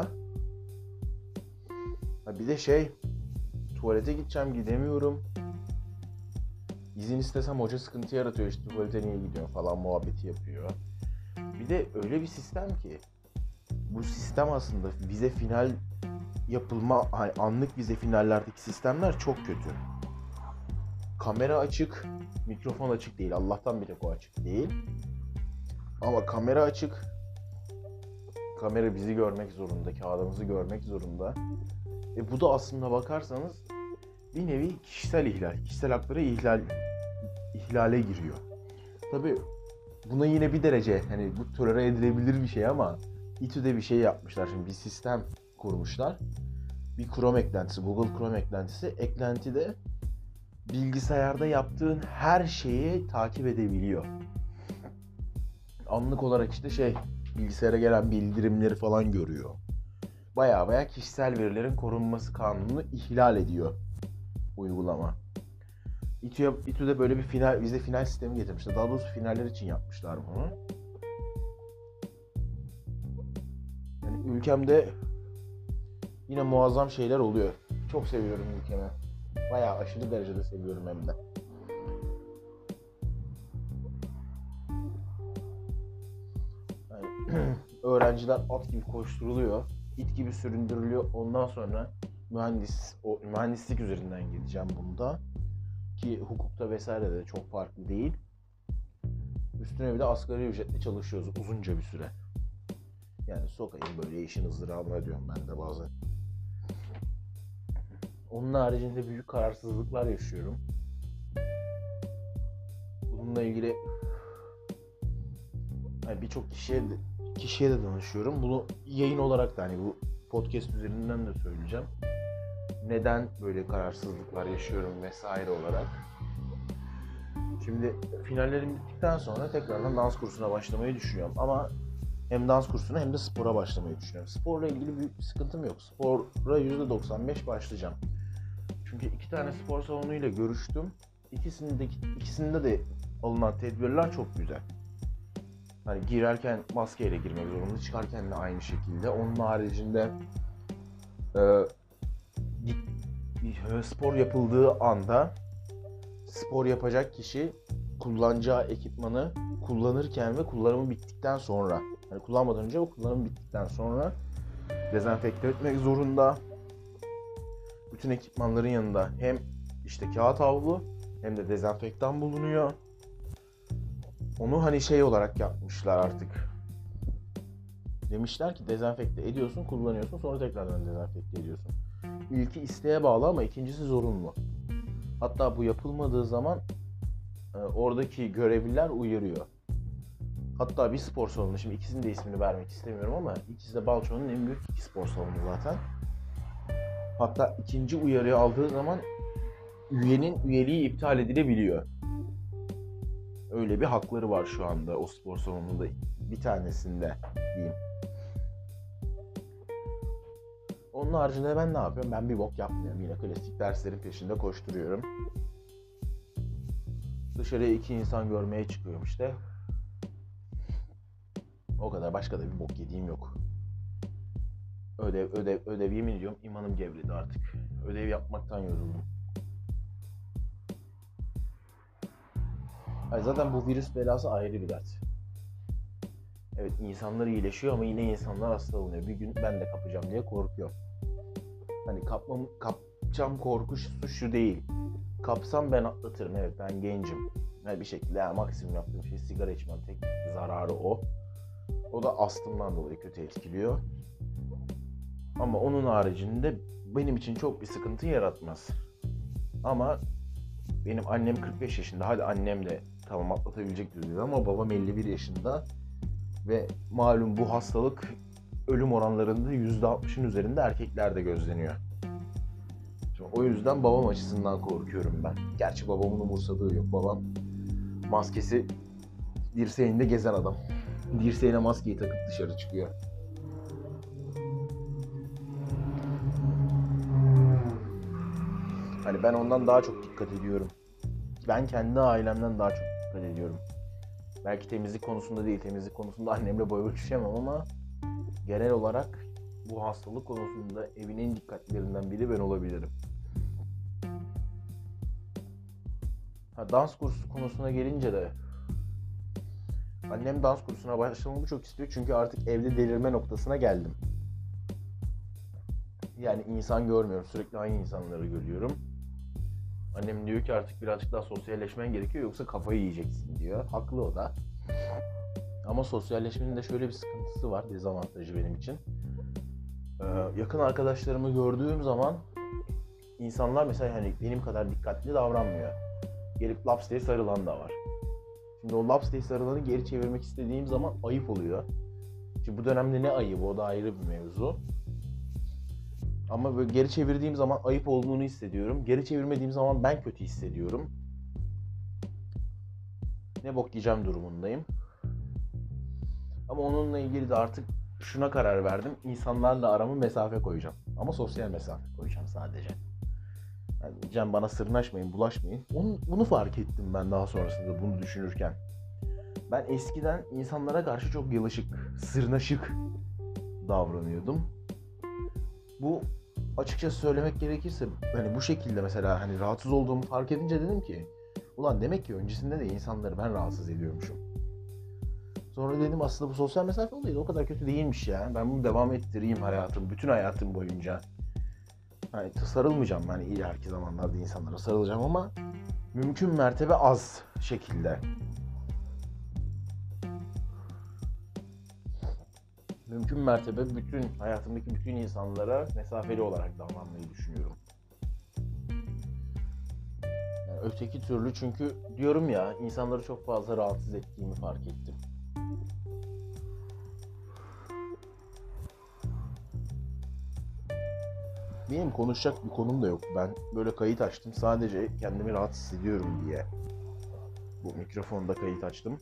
Ha bir de şey, tuvalete gideceğim gidemiyorum. İzin istesem hoca sıkıntı yaratıyor, işte tuvalete niye gidiyorsun falan muhabbeti yapıyor. Bir de öyle bir sistem ki, bu sistem aslında vize final yapılma, hani anlık vize finallerdeki sistemler çok kötü. Kamera açık, mikrofon açık değil. Allah'tan bir tek o açık değil. Ama kamera açık. Kamera bizi görmek zorunda, kağıdımızı görmek zorunda. E bu da aslında bakarsanız bir nevi kişisel ihlal, kişisel hakları ihlal ihlale giriyor. Tabii buna yine bir derece hani bu tolere edilebilir bir şey ama İTÜ'de bir şey yapmışlar. Şimdi bir sistem kurmuşlar. Bir Chrome eklentisi, Google Chrome eklentisi. Eklentide bilgisayarda yaptığın her şeyi takip edebiliyor. Anlık olarak işte şey, bilgisayara gelen bildirimleri falan görüyor. Baya baya kişisel verilerin korunması kanununu ihlal ediyor uygulama. İTÜ'ye, İTÜ'de böyle bir final, vize final sistemi getirmişler. Daha doğrusu finaller için yapmışlar bunu. Yani ülkemde yine muazzam şeyler oluyor. Çok seviyorum ülkemi. Bayağı aşırı derecede seviyorum hem de. Yani, öğrenciler at gibi koşturuluyor, it gibi süründürülüyor. Ondan sonra mühendis, o mühendislik üzerinden gideceğim bunda. Ki hukukta vesaire de çok farklı değil. Üstüne bir de asgari ücretle çalışıyoruz uzunca bir süre. Yani sokayım böyle işin ızdırabına diyorum ben de bazen. Onun haricinde büyük kararsızlıklar yaşıyorum. Bununla ilgili yani birçok kişiye de, kişiye de danışıyorum. Bunu yayın olarak da hani bu podcast üzerinden de söyleyeceğim. Neden böyle kararsızlıklar yaşıyorum vesaire olarak. Şimdi finallerim bittikten sonra tekrardan dans kursuna başlamayı düşünüyorum. Ama hem dans kursuna hem de spora başlamayı düşünüyorum. Sporla ilgili büyük bir sıkıntım yok. Spora yüzde doksan beş başlayacağım. Çünkü iki tane spor salonuyla görüştüm. İkisinde, ikisinde de alınan tedbirler çok güzel. Hani girerken maskeyle girmek zorunda, çıkarken de aynı şekilde. Onun haricinde e, spor yapıldığı anda spor yapacak kişi kullanacağı ekipmanı kullanırken ve kullanımı bittikten sonra, yani kullanmadan önce ve kullanımı bittikten sonra dezenfekte etmek zorunda. Bütün ekipmanların yanında hem işte kağıt havlu hem de dezenfektan bulunuyor. Onu hani şey olarak yapmışlar artık. Demişler ki dezenfekte ediyorsun, kullanıyorsun, sonra tekrardan dezenfekte ediyorsun. İlki isteğe bağlı ama ikincisi zorunlu. Hatta bu yapılmadığı zaman e, oradaki görevliler uyarıyor. Hatta bir spor salonu, şimdi ikisinin de ismini vermek istemiyorum ama ikisi de Balçova'nın en büyük iki spor salonu zaten. Hatta ikinci uyarıyı aldığı zaman üyenin üyeliği iptal edilebiliyor. Öyle bir hakları var şu anda o spor salonunda bir tanesinde diyeyim. Onun haricinde ben ne yapıyorum? Ben bir bok yapmıyorum. Yine klasik derslerin peşinde koşturuyorum. Dışarıya iki insan görmeye çıkıyorum işte. O kadar, başka da bir bok yediğim yok. Ödev, ödev, ödev yemin ediyorum imanım gevredi artık. Ödev yapmaktan yoruldum. Hayır, zaten bu virüs belası ayrı bir dert. Evet, insanlar iyileşiyor ama yine insanlar hastalanıyor. Bir gün ben de kapacağım diye korkuyorum. Hani kapmam, kapacağım korkusu şu değil. Kapsam ben atlatırım, evet ben gencim. Yani bir şekilde yani maksimum yaptığım şey sigara içmem, tek zararı o. O da astımdan dolayı kötü etkiliyor. Ama onun haricinde benim için çok bir sıkıntı yaratmaz. Ama benim annem kırk beş yaşında, hadi annem de tamam atlatabilecek düzeyde ama babam elli bir yaşında. Ve malum bu hastalık ölüm oranlarında yüzde altmışın üzerinde erkeklerde gözleniyor. Şimdi o yüzden babam açısından korkuyorum ben. Gerçi babamın umursadığı yok. Babam maskesi dirseğinde gezen adam. Dirseğine maskeyi takıp dışarı çıkıyor. Hani ben ondan daha çok dikkat ediyorum. Ben kendi ailemden daha çok dikkat ediyorum. Belki temizlik konusunda değil, temizlik konusunda annemle boy ölçüşemem ama genel olarak bu hastalık konusunda evin en dikkatlilerinden biri ben olabilirim. Ha, dans kursu konusuna gelince de annem dans kursuna başlamamı çok istiyor çünkü artık evde delirme noktasına geldim. Yani insan görmüyorum, sürekli aynı insanları görüyorum. Annem diyor ki artık birazcık daha sosyalleşmen gerekiyor yoksa kafayı yiyeceksin diyor. Haklı o da. Ama sosyalleşmenin de şöyle bir sıkıntısı var, dezavantajı benim için. Ee, yakın arkadaşlarımı gördüğüm zaman insanlar mesela hani benim kadar dikkatli davranmıyor. Gelip laps diye sarılan da var. Şimdi o laps diye sarılanı geri çevirmek istediğim zaman ayıp oluyor. Şimdi bu dönemde ne ayıp, o da ayrı bir mevzu. Ama böyle geri çevirdiğim zaman ayıp olduğunu hissediyorum. Geri çevirmediğim zaman ben kötü hissediyorum. Ne bok yiyeceğim durumundayım. Ama onunla ilgili de artık şuna karar verdim. İnsanlarla aramı mesafe koyacağım. Ama sosyal mesafe koyacağım sadece. Yani diyeceğim bana sırnaşmayın, bulaşmayın. Onu, bunu fark ettim ben daha sonrasında bunu düşünürken. Ben eskiden insanlara karşı çok yılışık, sırnaşık davranıyordum. Bu açıkçası söylemek gerekirse hani bu şekilde mesela hani rahatsız olduğumu fark edince dedim ki ulan demek ki öncesinde de insanları ben rahatsız ediyormuşum. Sonra dedim aslında bu sosyal mesafe olayı da o kadar kötü değilmiş ya. Ben bunu devam ettireyim hayatım, bütün hayatım boyunca. Hani sarılmayacağım ben ileriki zamanlarda insanlara sarılacağım ama mümkün mertebe az şekilde. Mümkün mertebe bütün hayatımdaki bütün insanlara mesafeli olarak davranmayı düşünüyorum. Yani öteki türlü çünkü diyorum ya insanları çok fazla rahatsız ettiğimi fark ettim. Benim konuşacak bir konum da yok. Ben böyle kayıt açtım sadece kendimi rahat hissediyorum diye. Bu mikrofonda kayıt açtım.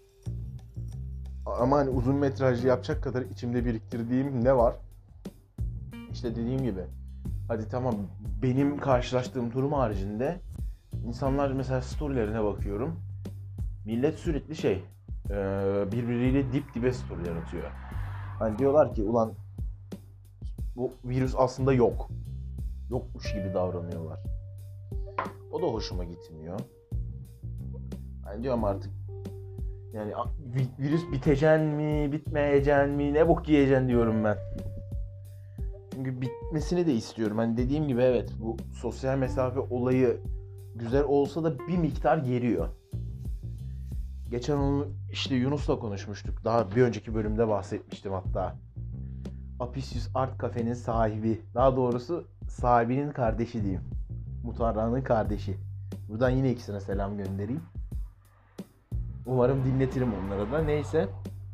Ama hani uzun metrajlı yapacak kadar içimde biriktirdiğim ne var? İşte dediğim gibi. Hadi tamam benim karşılaştığım durum haricinde insanlar mesela storylerine bakıyorum. Millet sürekli şey birbiriyle dip dibe storyler atıyor. Hani diyorlar ki ulan bu virüs aslında yok. Yokmuş gibi davranıyorlar. O da hoşuma gitmiyor. Hani diyorum artık yani virüs bitecek mi, bitmeyecek mi, ne bok yiyeceksin diyorum ben. Çünkü bitmesini de istiyorum. Hani dediğim gibi evet bu sosyal mesafe olayı güzel olsa da bir miktar geriyor. Geçen onu işte Yunus'la konuşmuştuk. Daha bir önceki bölümde bahsetmiştim hatta. Apicius Art Cafe'nin sahibi. Daha doğrusu sahibinin kardeşi diyeyim. Mutarra'nın kardeşi. Buradan yine ikisine selam göndereyim. Umarım dinletirim onlara da. Neyse.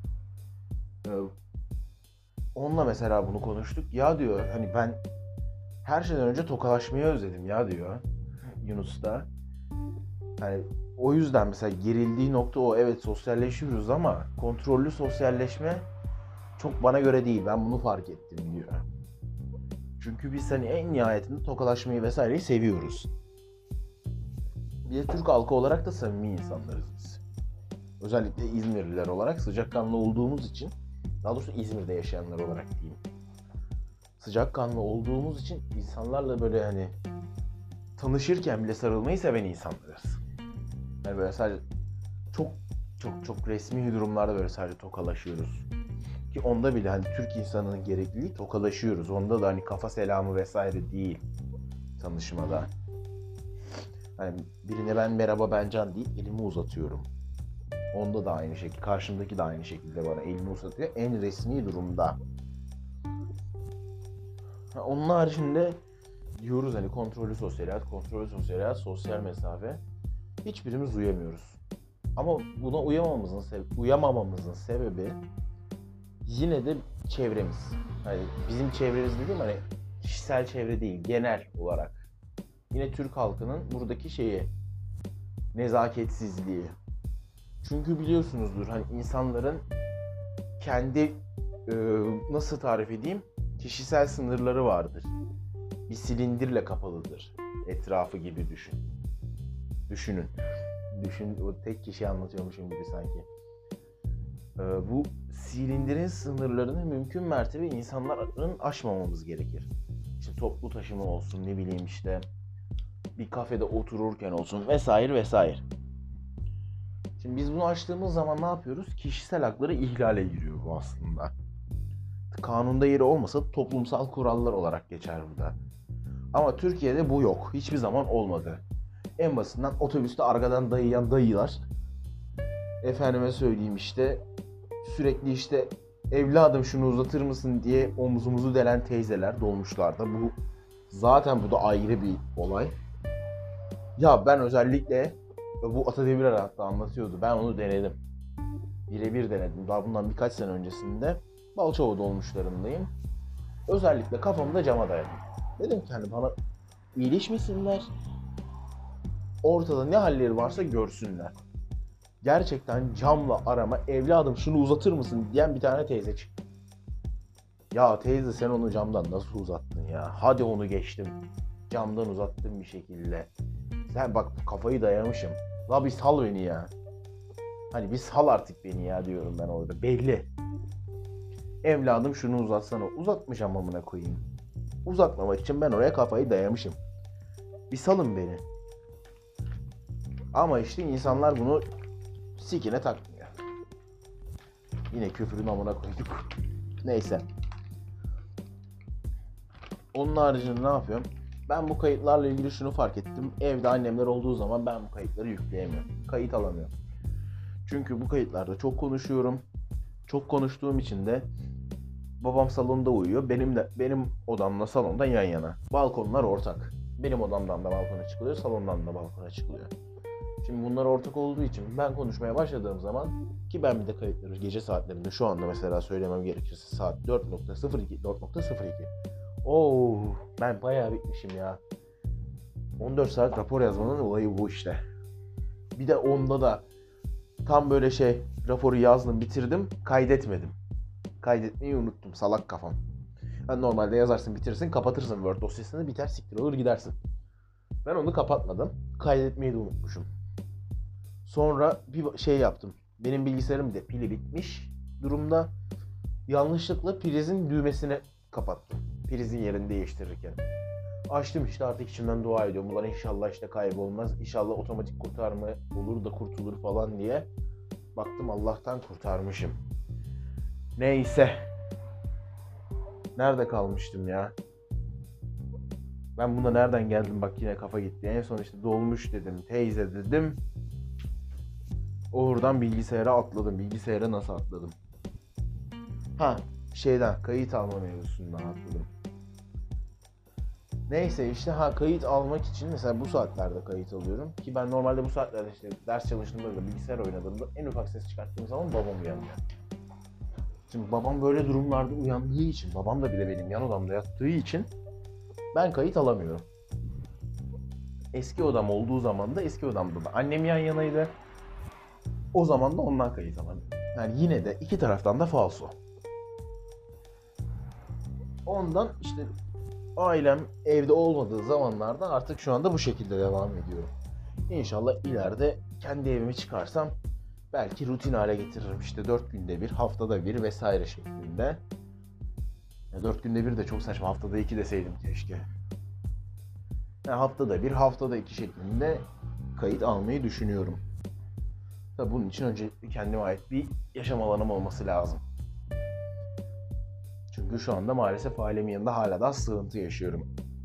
Onunla mesela bunu konuştuk. Ya diyor hani ben her şeyden önce tokalaşmayı özledim ya diyor. Yunus da. Hani o yüzden mesela gerildiği nokta o. Evet sosyalleşiyoruz ama kontrollü sosyalleşme çok bana göre değil. Ben bunu fark ettim diyor. Çünkü biz hani en nihayetinde tokalaşmayı vesaireyi seviyoruz. Bir de Türk halkı olarak da samimi insanlarız biz. Özellikle İzmirliler olarak sıcakkanlı olduğumuz için, daha doğrusu İzmir'de yaşayanlar olarak diyeyim. Sıcakkanlı olduğumuz için insanlarla böyle hani tanışırken bile sarılmayı seven insanlarız. Yani böyle sadece çok çok çok resmi durumlarda böyle sadece tokalaşıyoruz. Ki onda bile hani Türk insanının gerekliliği tokalaşıyoruz. Onda da hani kafa selamı vesaire değil tanışmada. Hani birine ben merhaba ben Can deyip elimi uzatıyorum. Onda da aynı şekilde, karşımdaki de aynı şekilde bana elini uzatıyor. En resmi durumda. Onun haricinde diyoruz hani kontrollü sosyal hayat, kontrollü sosyal hayat, sosyal mesafe. Hiçbirimiz uyamıyoruz. Ama buna uyamamamızın, uyamamamızın sebebi yine de çevremiz. Hani bizim çevremiz dediğim hani kişisel çevre değil, genel olarak. Yine Türk halkının buradaki şeyi, nezaketsizliği. Çünkü biliyorsunuzdur hani insanların kendi e, nasıl tarif edeyim, kişisel sınırları vardır. Bir silindirle kapalıdır. Etrafı gibi düşün. Düşünün. Düşün, o tek kişi anlatıyormuşum gibi sanki. Ee, bu silindirin sınırlarını mümkün mertebe insanların aşmamamız gerekir. İşte toplu taşıma olsun, ne bileyim işte bir kafede otururken olsun vesaire vesaire. Şimdi biz bunu açtığımız zaman ne yapıyoruz? Kişisel hakları ihlale giriyor bu aslında. Kanunda yeri olmasa toplumsal kurallar olarak geçer burada. Ama Türkiye'de bu yok. Hiçbir zaman olmadı. En basitinden otobüste arkadan dayayan dayılar, efendime söyleyeyim işte sürekli işte evladım şunu uzatır mısın diye omzumuzu delen teyzeler dolmuşlarda. Bu zaten bu da ayrı bir olay. Ya ben özellikle bu Ata Demirer hatta anlatıyordu. Ben onu denedim. Birebir denedim. Daha bundan birkaç sene öncesinde Balçova dolmuşlarındayım. Özellikle kafamı da cama dayadım. Dedim ki hani bana iyileşmesinler. Ortada ne halleri varsa görsünler. Gerçekten camla arama, evladım şunu uzatır mısın diyen bir tane teyze çıktı. Ya teyze sen onu camdan nasıl uzattın ya? Hadi onu geçtim. Camdan uzattım bir şekilde. Sen bak kafayı dayamışım. La bir sal beni ya. Hani bir sal artık beni ya diyorum ben orada. Belli. Evladım şunu uzatsana. Uzatmayacağım amına koyayım. Uzatmamak için ben oraya kafayı dayamışım. Bir salın beni. Ama işte insanlar bunu sikine takmıyor. Yine küfrün amına koyduk. Neyse. Onun haricinde ne yapıyorum? Ben bu kayıtlarla ilgili şunu fark ettim. Evde annemler olduğu zaman ben bu kayıtları yükleyemiyorum. Kayıt alamıyorum. Çünkü bu kayıtlarda çok konuşuyorum. Çok konuştuğum için de babam salonda uyuyor. Benim de benim odamla salonda yan yana. Balkonlar ortak. Benim odamdan da balkona çıkılıyor, salondan da balkona çıkılıyor. Şimdi bunlar ortak olduğu için ben konuşmaya başladığım zaman, ki ben bir de kayıtları gece saatlerinde şu anda mesela söylemem gerekirse saat dört nokta sıfır iki dört nokta sıfır iki. Oo, ben bayağı bitmişim ya. on dört saat rapor yazmanın olayı bu işte. Bir de onda da tam böyle şey raporu yazdım bitirdim kaydetmedim. Kaydetmeyi unuttum, salak kafam. Ben normalde yazarsın bitirirsin kapatırsın Word dosyasını, biter siktir olur gidersin. Ben onu kapatmadım, kaydetmeyi de unutmuşum. Sonra bir şey yaptım. Benim bilgisayarım da pili bitmiş durumda. Yanlışlıkla prizin düğmesini kapattım. Prizin yerini değiştirirken. Açtım işte, artık içimden dua ediyorum. Bunlar inşallah işte kaybolmaz. İnşallah otomatik kurtarma olur da kurtulur falan diye. Baktım Allah'tan kurtarmışım. Neyse. Nerede kalmıştım ya? Ben buna nereden geldim bak, yine kafa gitti. En son işte dolmuş dedim, teyze dedim. Oradan bilgisayara atladım. Bilgisayara nasıl atladım? Ha, şeyden, kayıt alma mevzusundan atladım. Neyse işte ha kayıt almak için mesela bu saatlerde kayıt alıyorum. Ki ben normalde bu saatlerde işte ders çalıştığımda da bilgisayar oynadığımda en ufak ses çıkarttığım zaman babam uyanıyor. Şimdi babam böyle durumlarda uyandığı için, babam da bir de benim yan odamda yattığı için ben kayıt alamıyorum. Eski odam olduğu zaman da eski odamda da annem yan yanaydı. O zaman da ondan kayıt alamıyorum. Yani yine de iki taraftan da falso. Ondan işte ailem evde olmadığı zamanlarda artık şu anda bu şekilde devam ediyorum. İnşallah ileride kendi evimi çıkarsam belki rutin hale getiririm. İşte dört günde bir, haftada bir vesaire şeklinde. Ya dört günde bir de çok saçma, haftada iki deseydim keşke. Yani haftada bir, haftada iki şeklinde kayıt almayı düşünüyorum. Tabii bunun için önce kendime ait bir yaşam alanım olması lazım. Çünkü şu anda maalesef ailemin yanında hala daha sığıntı yaşıyorum.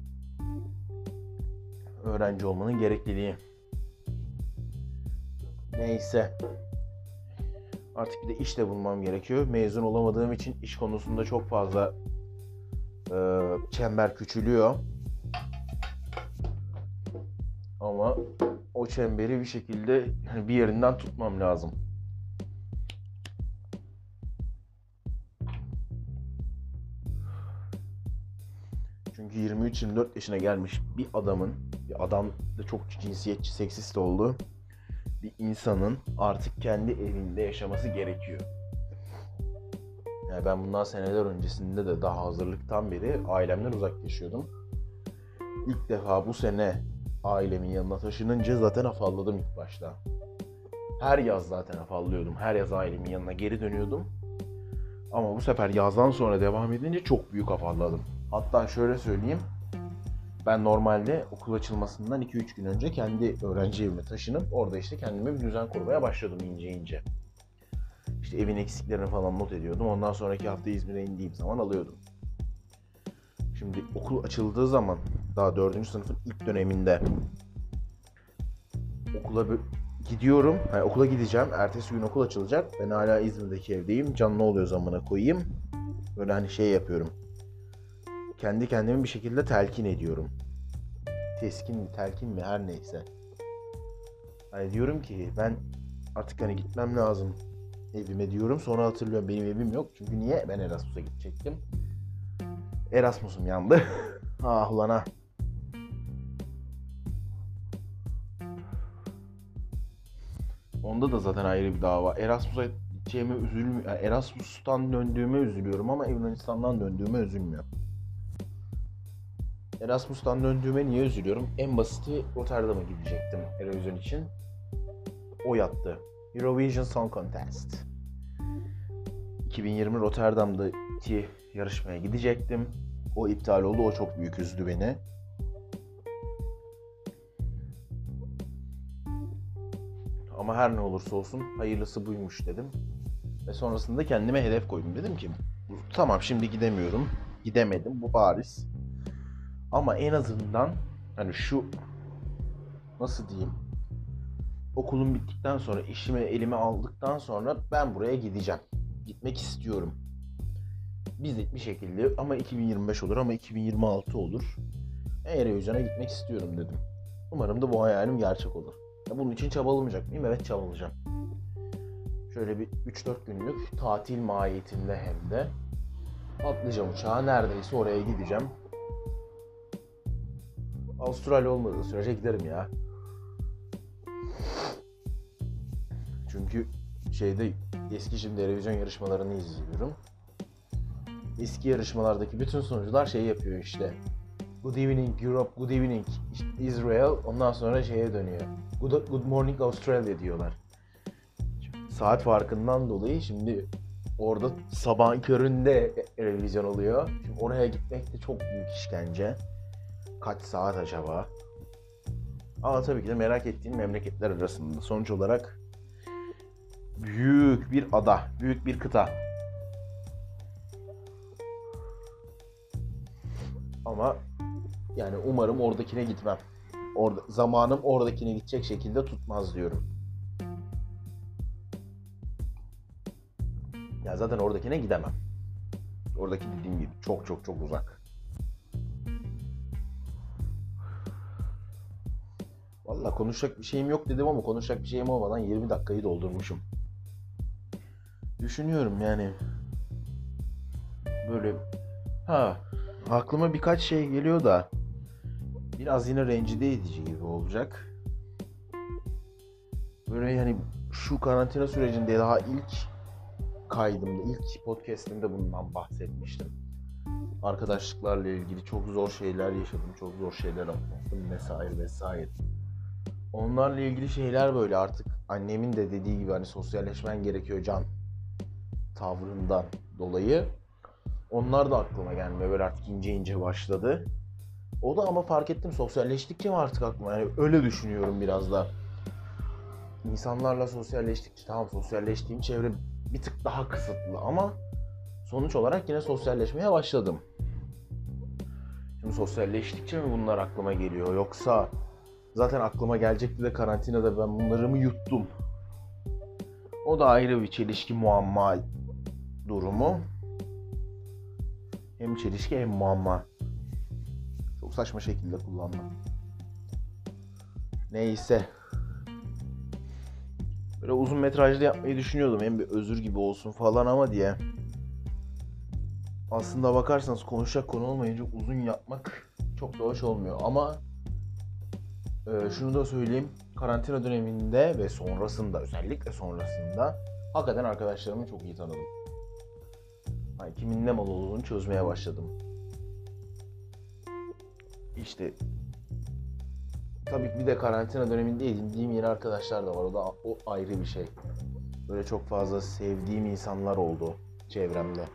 Öğrenci olmanın gerekliliği. Neyse. Artık bir de iş de bulmam gerekiyor. Mezun olamadığım için iş konusunda çok fazla e, çember küçülüyor. Ama o çemberi bir şekilde yani bir yerinden tutmam lazım. Çünkü yirmi üç yirmi dört yaşına gelmiş bir adamın, bir adam da çok cinsiyetçi, seksist oldu. bir insanın artık kendi evinde yaşaması gerekiyor. Yani ben bundan seneler öncesinde de daha hazırlıktan beri ailemden uzak yaşıyordum. İlk defa bu sene ailemin yanına taşınınca zaten afalladım ilk başta. Her yaz zaten afallıyordum. Her yaz ailemin yanına geri dönüyordum. Ama bu sefer yazdan sonra devam edince çok büyük afalladım. Hatta şöyle söyleyeyim. Ben normalde okul açılmasından iki üç gün önce kendi öğrenci evime taşınıp orada işte kendime bir düzen kurmaya başladım ince ince. İşte evin eksiklerini falan not ediyordum. Ondan sonraki hafta İzmir'e indiğim zaman alıyordum. Şimdi okul açıldığı zaman daha dördüncü sınıfın ilk döneminde okula gidiyorum. Yani okula gideceğim. Ertesi gün okul açılacak. Ben hala İzmir'deki evdeyim. Can ne oluyor zamana koyayım. Böyle hani şey yapıyorum. Kendi kendime bir şekilde telkin ediyorum. Teskin mi, telkin mi her neyse. Hani diyorum ki ben artık hani gitmem lazım evime diyorum. Sonra hatırlıyorum benim evim yok. Çünkü niye? Ben Erasmus'a gidecektim. Erasmus'um yandı. Ah ulan ha. Onda da zaten ayrı bir dava. Erasmus'a gideceğime üzülmüyorum. Yani Erasmus'tan döndüğüme üzülüyorum ama Yunanistan'dan döndüğüme üzülmüyorum. Erasmus'tan döndüğüme niye üzülüyorum? En basiti Rotterdam'a gidecektim Eurovision için. O yattı. Eurovision Song Contest. iki bin yirmi Rotterdam'daki yarışmaya gidecektim. O iptal oldu. O çok büyük üzdü beni. Ama her ne olursa olsun hayırlısı buymuş dedim. Ve sonrasında kendime hedef koydum. Dedim ki tamam şimdi gidemiyorum. Gidemedim. Bu bariz. Ama en azından hani şu nasıl diyeyim? Okulum bittikten sonra işimi elime aldıktan sonra ben buraya gideceğim. Gitmek istiyorum. Biz bir şekilde ama iki bin yirmi beş olur ama iki bin yirmi altı olur. Eurovision'a gitmek istiyorum dedim. Umarım da bu hayalim gerçek olur. Ya bunun için çabalamayacak mıyım? Evet çabalayacağım. Şöyle bir üç dört günlük tatil mahiyetinde hem de atlayacağım uçağa. Neredeyse oraya gideceğim. Avustralya olmadığı sürece giderim ya. Çünkü şeyde eski şimdi televizyon yarışmalarını izliyorum. Eski yarışmalardaki bütün sunucular şey yapıyor işte. Good evening Europe, good evening Israel. Ondan sonra şeye dönüyor. Good, good morning Australia diyorlar. Saat farkından dolayı şimdi orada sabahın köründe televizyon oluyor. Şimdi oraya gitmek de çok büyük işkence. Kaç saat acaba? Ama tabii ki de merak ettiğim memleketler arasında. Sonuç olarak büyük bir ada, büyük bir kıta. Ama yani umarım oradakine gitmem. Orada zamanım oradakine gidecek şekilde tutmaz diyorum. Ya zaten oradakine gidemem. Oradaki dediğim gibi çok çok çok uzak. Vallahi konuşacak bir şeyim yok dedim ama konuşacak bir şeyim olmadan yirmi dakikayı doldurmuşum. Düşünüyorum yani. Böyle ha aklıma birkaç şey geliyor da biraz yine rencide edici gibi olacak. Böyle yani şu karantina sürecinde daha ilk kaydımda, ilk podcast'imde bundan bahsetmiştim. Arkadaşlıklarla ilgili çok zor şeyler yaşadım, çok zor şeyler atlattım vesaire vesaire. Onlarla ilgili şeyler böyle artık annemin de dediği gibi hani sosyalleşmen gerekiyor Can tavrından dolayı. Onlar da aklıma gelmeye böyle artık ince ince başladı. O da ama fark ettim sosyalleştikçe mi artık aklıma yani öyle düşünüyorum biraz da. İnsanlarla sosyalleştikçe tamam sosyalleştiğim çevre bir tık daha kısıtlı ama sonuç olarak yine sosyalleşmeye başladım. Şimdi sosyalleştikçe mi bunlar aklıma geliyor yoksa zaten aklıma gelecekti de karantinada ben bunları mı yuttum? O da ayrı bir çelişki muamma durumu. Hem çelişki hem muamma. Çok saçma şekilde kullandım. Neyse. Böyle uzun metrajlı yapmayı düşünüyordum. Hem bir özür gibi olsun falan ama diye. Aslında bakarsanız konuşacak konu olmayınca uzun yapmak çok da hoş olmuyor. Ama e, şunu da söyleyeyim. karantina döneminde ve sonrasında, özellikle sonrasında hakikaten arkadaşlarımı çok iyi tanıdım. Yani kimin ne mal olduğunu çözmeye başladım. İşte tabii ki bir de karantina döneminde edindiğim yeni arkadaşlar da var. O da o ayrı bir şey. Böyle çok fazla sevdiğim insanlar oldu çevremde.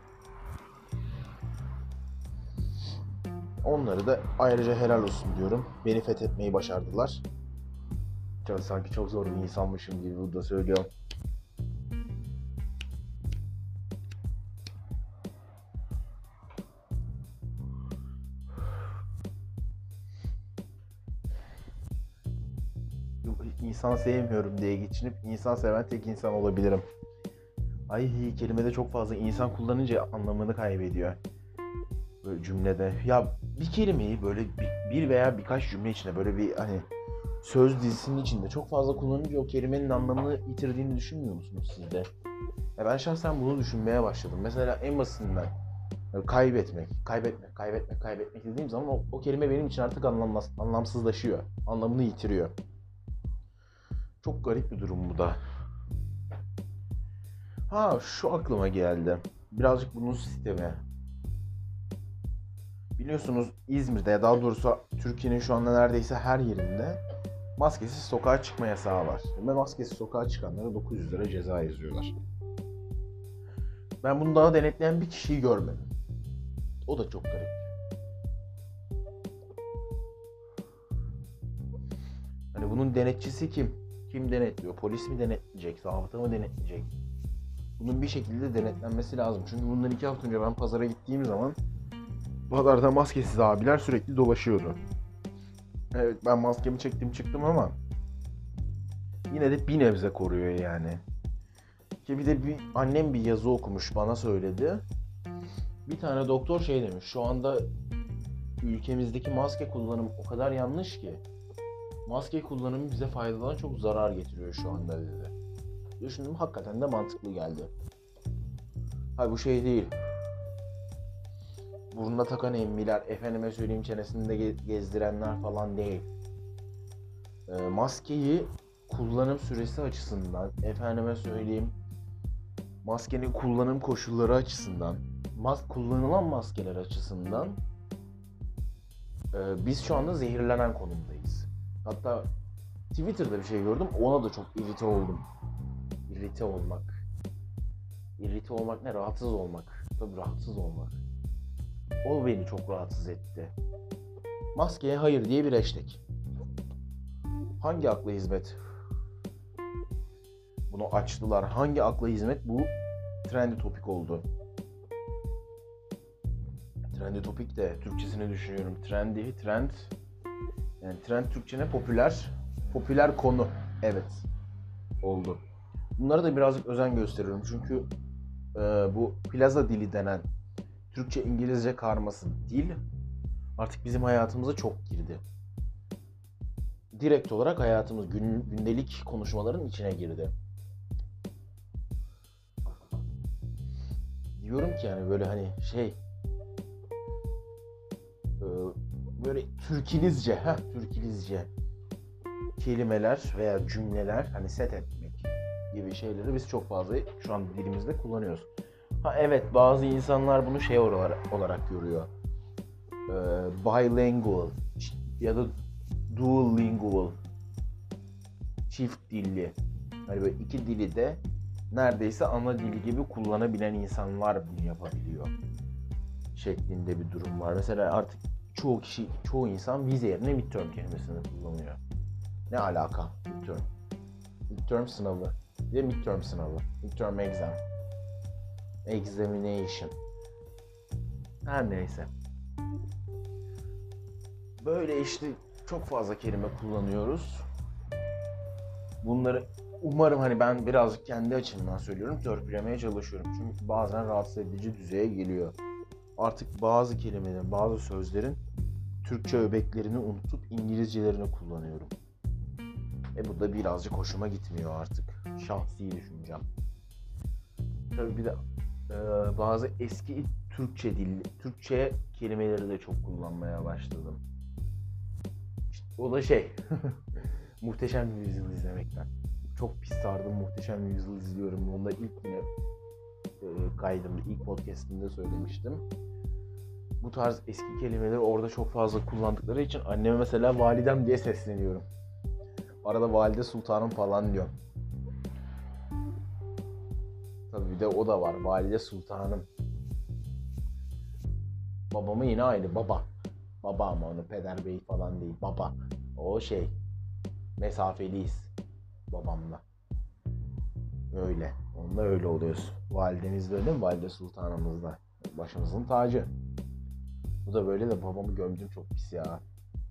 Onları da ayrıca helal olsun diyorum. Beni fethetmeyi başardılar. Çok, sanki çok zor bir insanmışım gibi burada söylüyorum. İnsan sevmiyorum diye geçinip insan seven tek insan olabilirim. Ay, kelimede çok fazla insan kullanınca anlamını kaybediyor. Böyle cümlede. Ya bir kelimeyi böyle bir veya birkaç cümle içinde, böyle bir hani söz dizisinin içinde çok fazla kullanınca o kelimenin anlamını yitirdiğini düşünmüyor musunuz siz de? Ya ben şahsen bunu düşünmeye başladım. Mesela en basitinden kaybetmek, kaybetmek, kaybetmek, kaybetmek dediğim zaman o, o kelime benim için artık anlamsız, anlamsızlaşıyor. Anlamını yitiriyor. Çok garip bir durum bu da. Ha, şu aklıma geldi. Birazcık bunun sistemi. Biliyorsunuz İzmir'de, ya daha doğrusu Türkiye'nin şu anda neredeyse her yerinde maskesiz sokağa çıkma yasağı var. Ve maskesiz sokağa çıkanlara dokuz yüz lira ceza yazıyorlar. Ben bunu daha denetleyen bir kişiyi görmedim. O da çok garip. Hani bunun denetçisi kim? Kim denetliyor? Polis mi denetleyecek? Zabıta mı denetleyecek? Bunun bir şekilde denetlenmesi lazım. Çünkü bundan iki hafta önce ben pazara gittiğim zaman pazarda maskesiz abiler sürekli dolaşıyordu. Evet, ben maskemi çektim çıktım ama yine de bir nebze koruyor yani. Ki bir de bir annem bir yazı okumuş, bana söyledi. Bir tane doktor şey demiş. Şu anda ülkemizdeki maske kullanımı o kadar yanlış ki maske kullanımı bize faydadan çok zarar getiriyor şu anda dedi. Düşündüm, hakikaten de mantıklı geldi. Hayır, bu şey değil. Burnuna takan emmiler, efendime söyleyeyim çenesinde gezdirenler falan değil. E, maskeyi kullanım süresi açısından, efendime söyleyeyim maskenin kullanım koşulları açısından, mas kullanılan maskeler açısından e, biz şu anda zehirlenen konumdayız. Hatta Twitter'da bir şey gördüm, ona da çok irite oldum. İrite olmak. İrite olmak ne? Rahatsız olmak. Tabii rahatsız olmak. O beni çok rahatsız etti. Maskeye hayır diye bir hashtag. Hangi akla hizmet bunu açtılar? Hangi akla hizmet bu trendy topik oldu? Trendy topik de Türkçesini düşünüyorum. Trendy, trend. Yani trend Türkçe ne? Popüler. Popüler konu. Evet. Oldu. Bunlara da birazcık özen gösteriyorum. Çünkü e, bu plaza dili denen Türkçe İngilizce karması dil artık bizim hayatımıza çok girdi. Direkt olarak hayatımız, gün, gündelik konuşmaların içine girdi. Diyorum ki yani böyle hani şey e, böyle Türkilizce, ha Türkilizce kelimeler veya cümleler hani set etmek gibi şeyleri biz çok fazla şu an dilimizde kullanıyoruz. Ha evet, bazı insanlar bunu şey olarak, olarak görüyor. Ee, bilingual ya da duolingual, çift dilli. Hani böyle iki dili de neredeyse ana dili gibi kullanabilen insanlar bunu yapabiliyor şeklinde bir durum var. Mesela artık çoğu kişi, çoğu insan vize yerine midterm kelimesini kullanıyor. Ne alaka midterm? Midterm sınavı. Bir de midterm sınavı. Midterm exam. Examination. Her neyse. Böyle işte çok fazla kelime kullanıyoruz. Bunları umarım hani ben birazcık kendi açımdan söylüyorum, törpülemeye çalışıyorum. Çünkü bazen rahatsız edici düzeye geliyor. Artık bazı kelimelerin, bazı sözlerin Türkçe öbeklerini unutup İngilizcelerini kullanıyorum. E bu da birazcık hoşuma gitmiyor artık. Şahsi düşüncem. Tabii bir de e, bazı eski Türkçe dil, Türkçe kelimeleri de çok kullanmaya başladım. İşte o da şey. Muhteşem Yüzyıl izlemekten. Çok pis sardım, Muhteşem Yüzyıl izliyorum. Onu da ilk yine e, kaydımda, ilk podcast'imde söylemiştim. Bu tarz eski kelimeleri orada çok fazla kullandıkları için anneme mesela validem diye sesleniyorum. Arada valide sultanım falan diyorum. Tabii bir de o da var, valide sultanım. Babamı yine aynı, baba. Baba ama onu peder bey falan değil, baba. O şey, mesafeliyiz babamla. Öyle. Onunla öyle oluyoruz. Validemiz de öyle mi? Valide sultanımız da. Başımızın tacı. Bu da böyle de babamı gömdüm çok pis ya.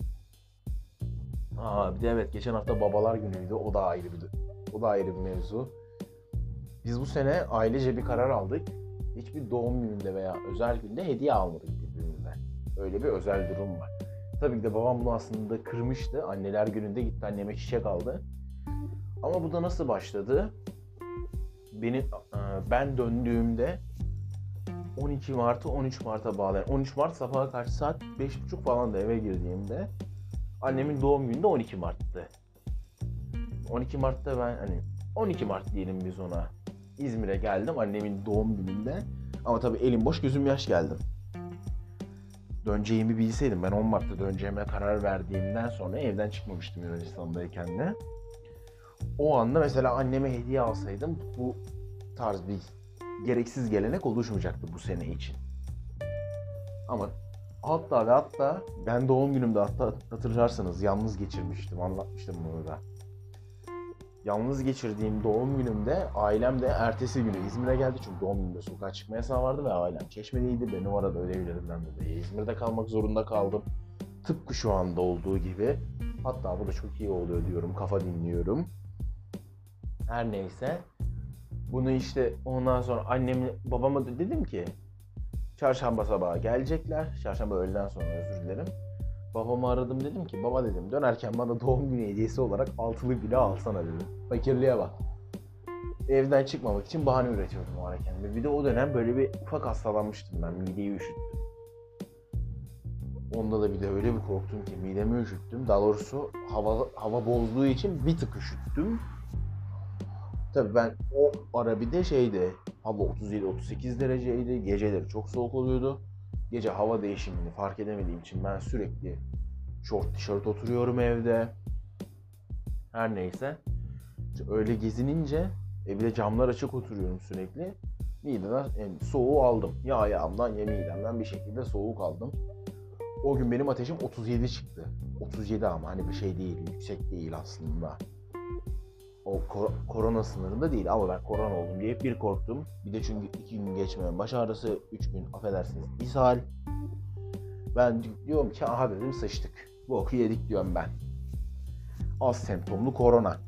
Aa bir de evet, geçen hafta babalar günüydü. O da ayrı bir o da ayrı bir mevzu. Biz bu sene ailece bir karar aldık. Hiçbir doğum gününde veya özel günde hediye almadık birbirimize. Öyle bir özel durum var. Tabii ki de babam bunu aslında kırmıştı. Anneler gününde gitti anneme çiçek aldı. Ama bu da nasıl başladı? Benim ben döndüğümde on iki Mart'ı on üç Mart'a bağlayan, on üç Mart sabaha karşı saat beş buçuk falan da eve girdiğimde annemin doğum günü de on iki Mart'tı. on iki Mart'ta ben hani on iki Mart diyelim biz ona. İzmir'e geldim annemin doğum gününde. Ama tabii elim boş gözüm yaş geldim. Döneceğimi bilseydim, ben on Mart'ta döneceğime karar verdiğimden sonra evden çıkmamıştım Yunanistan'dayken de. O anda mesela anneme hediye alsaydım bu tarz bir gereksiz gelenek oluşmayacaktı bu sene için. Ama hatta ve hatta ben doğum günümde, hatta hatırlarsanız yalnız geçirmiştim, anlatmıştım bunu da. Yalnız geçirdiğim doğum günümde ailem de ertesi günü İzmir'e geldi. Çünkü doğum günümde sokağa çıkma yasağı vardı ve ailem Çeşme'deydi. Benim arada ödevlerimden dolayı İzmir'de kalmak zorunda kaldım. Tıpkı şu anda olduğu gibi. Hatta bu da çok iyi oluyor diyorum, kafa dinliyorum. Her neyse. Bunu işte ondan sonra annemle babama da dedim ki çarşamba sabahı gelecekler. Çarşamba öğleden sonra, özür dilerim. Babamı aradım, dedim ki baba dedim dönerken bana doğum günü hediyesi olarak altılı bile alsana dedim. Fakirliğe bak. Evden çıkmamak için bahane üretiyordum o ara kendime. Bir de o dönem böyle bir ufak hastalanmıştım ben. Mideyi üşüttüm. Onda da bir de öyle bir korktum ki midemi üşüttüm. Daha doğrusu hava hava bozduğu için bir tık üşüttüm. Tabii ben o ara bir de şeydi. Hava otuz yedi otuz sekiz dereceydi. Geceleri çok soğuk oluyordu. Gece hava değişimini fark edemediğim için ben sürekli şort tişört oturuyorum evde. Her neyse. İşte öyle gezinince e bir de camlar açık oturuyorum sürekli. Mideden yani soğuğu aldım. Ya ayağımdan ya midemden bir şekilde soğuk aldım. O gün benim ateşim otuz yedi çıktı. otuz yedi ama hani bir şey değil, yüksek değil aslında. O kor- korona sınırında değil ama ben korona oldum diye bir korktum. Bir de çünkü iki gün geçmeyen baş ağrısı, üç gün affedersiniz ishal. Ben diyorum ki aha dedim sıçtık. Bu oku yedik diyorum ben. Az semptomlu korona.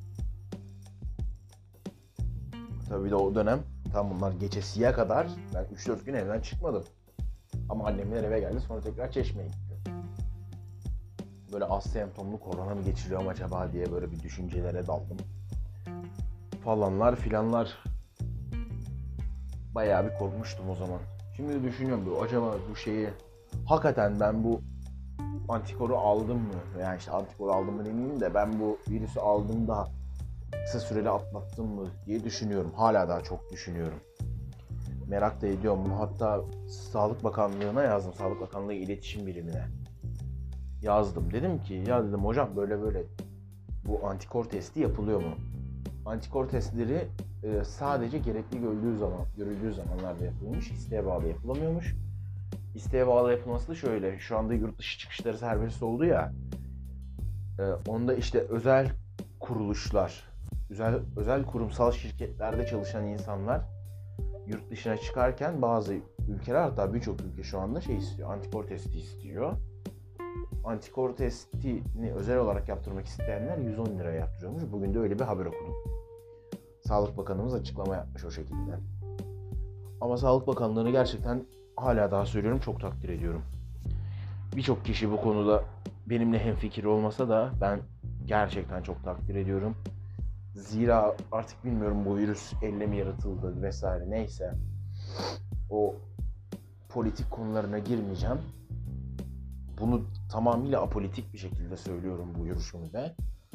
Tabii de o dönem tam bunlar geçesiye kadar ben üç dört gün evden çıkmadım. Ama annemler eve geldi, sonra tekrar Çeşme'ye gitti. Böyle az semptomlu korona mı geçiriyorum acaba diye böyle bir düşüncelere daldım. Falanlar filanlar. Bayağı bir korkmuştum o zaman. Şimdi de düşünüyorum bu acaba bu şeyi hakikaten ben bu antikoru aldım mı? Yani işte antikoru aldım mı demeyeyim de ben bu virüsü aldım da kısa süreli atlattım mı diye düşünüyorum. Hala daha çok düşünüyorum. Merak da ediyorum bunu. Hatta Sağlık Bakanlığı'na yazdım. Sağlık Bakanlığı İletişim Birimine yazdım. Dedim ki ya dedim hocam böyle böyle bu antikor testi yapılıyor mu? Antikor testleri e, sadece gerekli görüldüğü zaman, görüldüğü zamanlarda yapılmış. İsteğe bağlı yapılamıyormuş. İsteğe bağlı yapılması da şöyle. Şu anda yurt dışı çıkışları serbest oldu ya. E, onda işte özel kuruluşlar, özel özel kurumsal şirketlerde çalışan insanlar yurt dışına çıkarken bazı ülkeler, hatta birçok ülke şu anda şey istiyor, antikor testi istiyor. Antikor testini özel olarak yaptırmak isteyenler yüz on liraya yaptırıyormuş. Bugün de öyle bir haber okudum. Sağlık Bakanımız açıklama yapmış o şekilde. Ama Sağlık Bakanlığı'nı gerçekten hala daha söylüyorum çok takdir ediyorum. Birçok kişi bu konuda benimle hemfikir olmasa da ben gerçekten çok takdir ediyorum. Zira artık bilmiyorum bu virüs elle mi yaratıldı vesaire neyse. O politik konularına girmeyeceğim. Bunu tamamıyla apolitik bir şekilde söylüyorum bu görüşümde.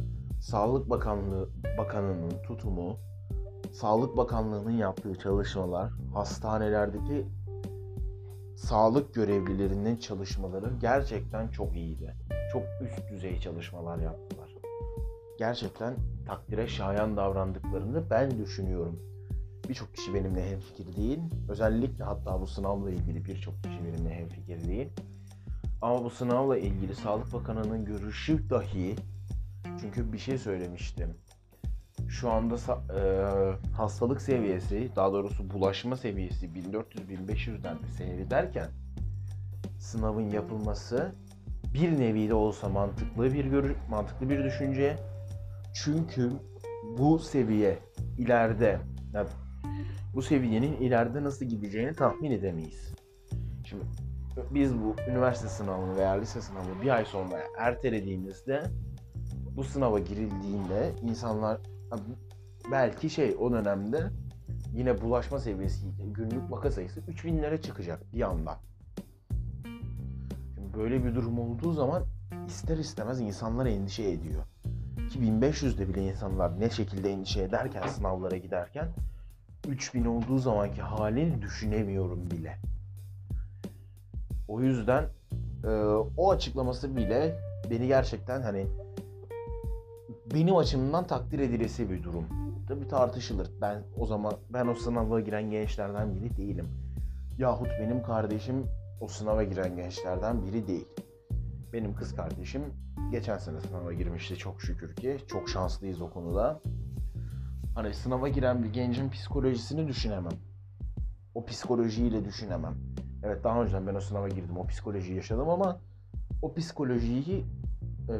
Sağlık Bakanlığı Bakanı'nın tutumu, Sağlık Bakanlığı'nın yaptığı çalışmalar, hastanelerdeki sağlık görevlilerinin çalışmaları gerçekten çok iyiydi. Çok üst düzey çalışmalar yaptılar. Gerçekten takdire şayan davrandıklarını ben düşünüyorum. Birçok kişi benimle hemfikir değil. Özellikle hatta bu sınavla ilgili birçok kişi benimle hemfikir değil. Ama bu sınavla ilgili Sağlık Bakanı'nın görüşü dahi, çünkü bir şey söylemiştim. Şu anda e, hastalık seviyesi, daha doğrusu bulaşma seviyesi bin dört yüz bin beş yüzden seyrederken sınavın yapılması bir nevi de olsa mantıklı bir görü- mantıklı bir düşünce. Çünkü bu seviye ileride, yani bu seviyenin ileride nasıl gideceğini tahmin edemeyiz. Şimdi biz bu üniversite sınavını veya lise sınavını bir ay sonra ertelediğimizde, bu sınava girildiğinde insanlar belki şey o dönemde yine bulaşma seviyesi, günlük vaka sayısı üç binlere çıkacak bir anda. Şimdi böyle bir durum olduğu zaman ister istemez insanlar endişe ediyor. Ki bin beş yüzde bile insanlar ne şekilde endişe ederken sınavlara giderken, üç bin olduğu zamanki halini düşünemiyorum bile. O yüzden e, o açıklaması bile beni gerçekten hani benim açımdan takdir edilesi bir durum. Tabii tartışılır. Ben o zaman ben o sınava giren gençlerden biri değilim. Yahut benim kardeşim o sınava giren gençlerden biri değil. Benim kız kardeşim geçen sene sınava girmişti çok şükür ki. Çok şanslıyız o konuda. Hani sınava giren bir gencin psikolojisini düşünemem. O psikolojiyle düşünemem. Evet, daha önceden ben o sınava girdim. O psikolojiyi yaşadım ama o psikolojiyi e,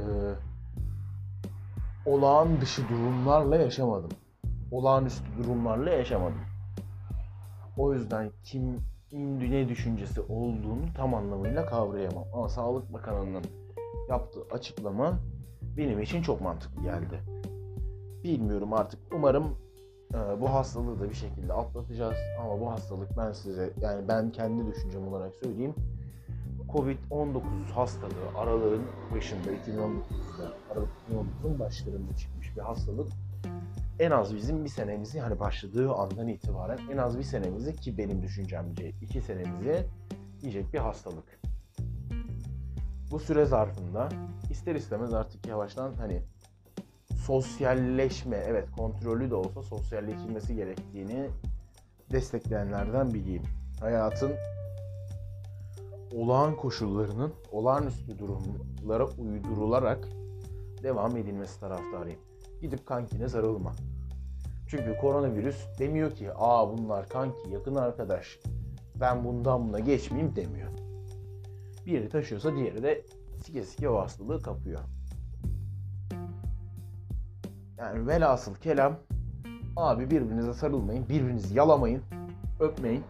olağan dışı durumlarla yaşamadım. Olağanüstü durumlarla yaşamadım. O yüzden kimin ne düşüncesi olduğunu tam anlamıyla kavrayamam. Ama Sağlık Bakanı'nın yaptığı açıklama benim için çok mantıklı geldi. Bilmiyorum artık, umarım e, bu hastalığı da bir şekilde atlatacağız. Ama bu hastalık, ben size, yani ben kendi düşüncem olarak söyleyeyim, kovid on dokuz hastalığı aralığın başında, iki bin on dokuzda, Aralık iki bin on dokuzun başlarında çıkmış bir hastalık. En az bizim bir senemizi, hani başladığı andan itibaren en az bir senemizi, ki benim düşüncemce iki senemizi yiyecek bir hastalık. Bu süre zarfında ister istemez artık yavaştan hani sosyalleşme, evet kontrollü de olsa sosyalleşilmesi gerektiğini destekleyenlerden biriyim. Hayatın olağan koşullarının olağanüstü durumlara uydurularak devam edilmesi taraftarıyım. Gidip kankine sarılma. Çünkü koronavirüs demiyor ki aa bunlar kanki, yakın arkadaş, ben bundan buna geçmeyeyim demiyor. Biri taşıyorsa diğeri de sike sike o hastalığı kapıyor. Yani velhasıl kelam, abi birbirinize sarılmayın, birbirinizi yalamayın, öpmeyin.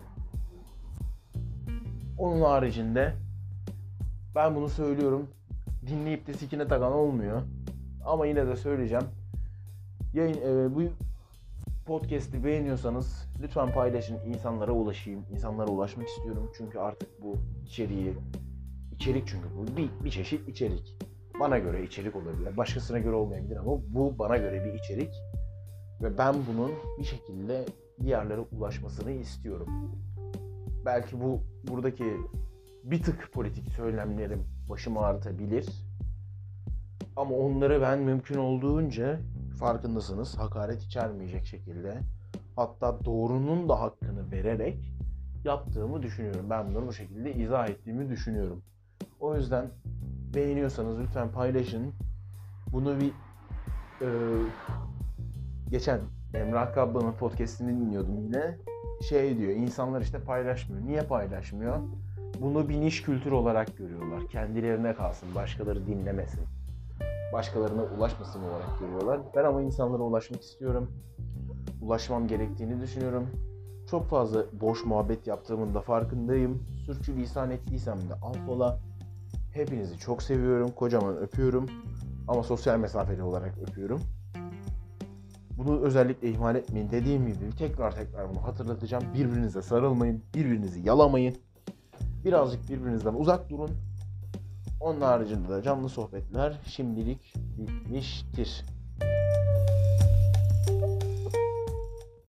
Onun haricinde ben bunu söylüyorum, dinleyip de sikine takan olmuyor. Ama yine de söyleyeceğim. Yayın, e, bu podcast'i beğeniyorsanız lütfen paylaşın, insanlara ulaşayım. İnsanlara ulaşmak istiyorum çünkü artık bu içeriği, içerik çünkü bu bir, bir çeşit içerik. Bana göre içerik olabilir, başkasına göre olmayabilir ama bu bana göre bir içerik. Ve ben bunun bir şekilde diğerlere ulaşmasını istiyorum. Belki bu buradaki bir tık politik söylemlerim başımı ağrıtabilir. Ama onları ben mümkün olduğunca, farkındasınız, hakaret içermeyecek şekilde, hatta doğrunun da hakkını vererek yaptığımı düşünüyorum. Ben bunları bu şekilde izah ettiğimi düşünüyorum. O yüzden beğeniyorsanız lütfen paylaşın. Bunu bir e, geçen Emrah Kabba'nın podcast'ini dinliyordum yine. Şey diyor, insanlar işte paylaşmıyor. Niye paylaşmıyor? Bunu bir niş kültür olarak görüyorlar. Kendilerine kalsın, başkaları dinlemesin, başkalarına ulaşmasın olarak görüyorlar. Ben ama insanlara ulaşmak istiyorum. Ulaşmam gerektiğini düşünüyorum. Çok fazla boş muhabbet yaptığımın da farkındayım. Sürçülisan ettiysem de affola. Hepinizi çok seviyorum. Kocaman öpüyorum. Ama sosyal mesafeli olarak öpüyorum. Bunu özellikle ihmal etmeyin. Dediğim gibi tekrar tekrar bunu hatırlatacağım. Birbirinize sarılmayın. Birbirinizi yalamayın. Birazcık birbirinizden uzak durun. Onun haricinde de canlı sohbetler şimdilik bitmiştir.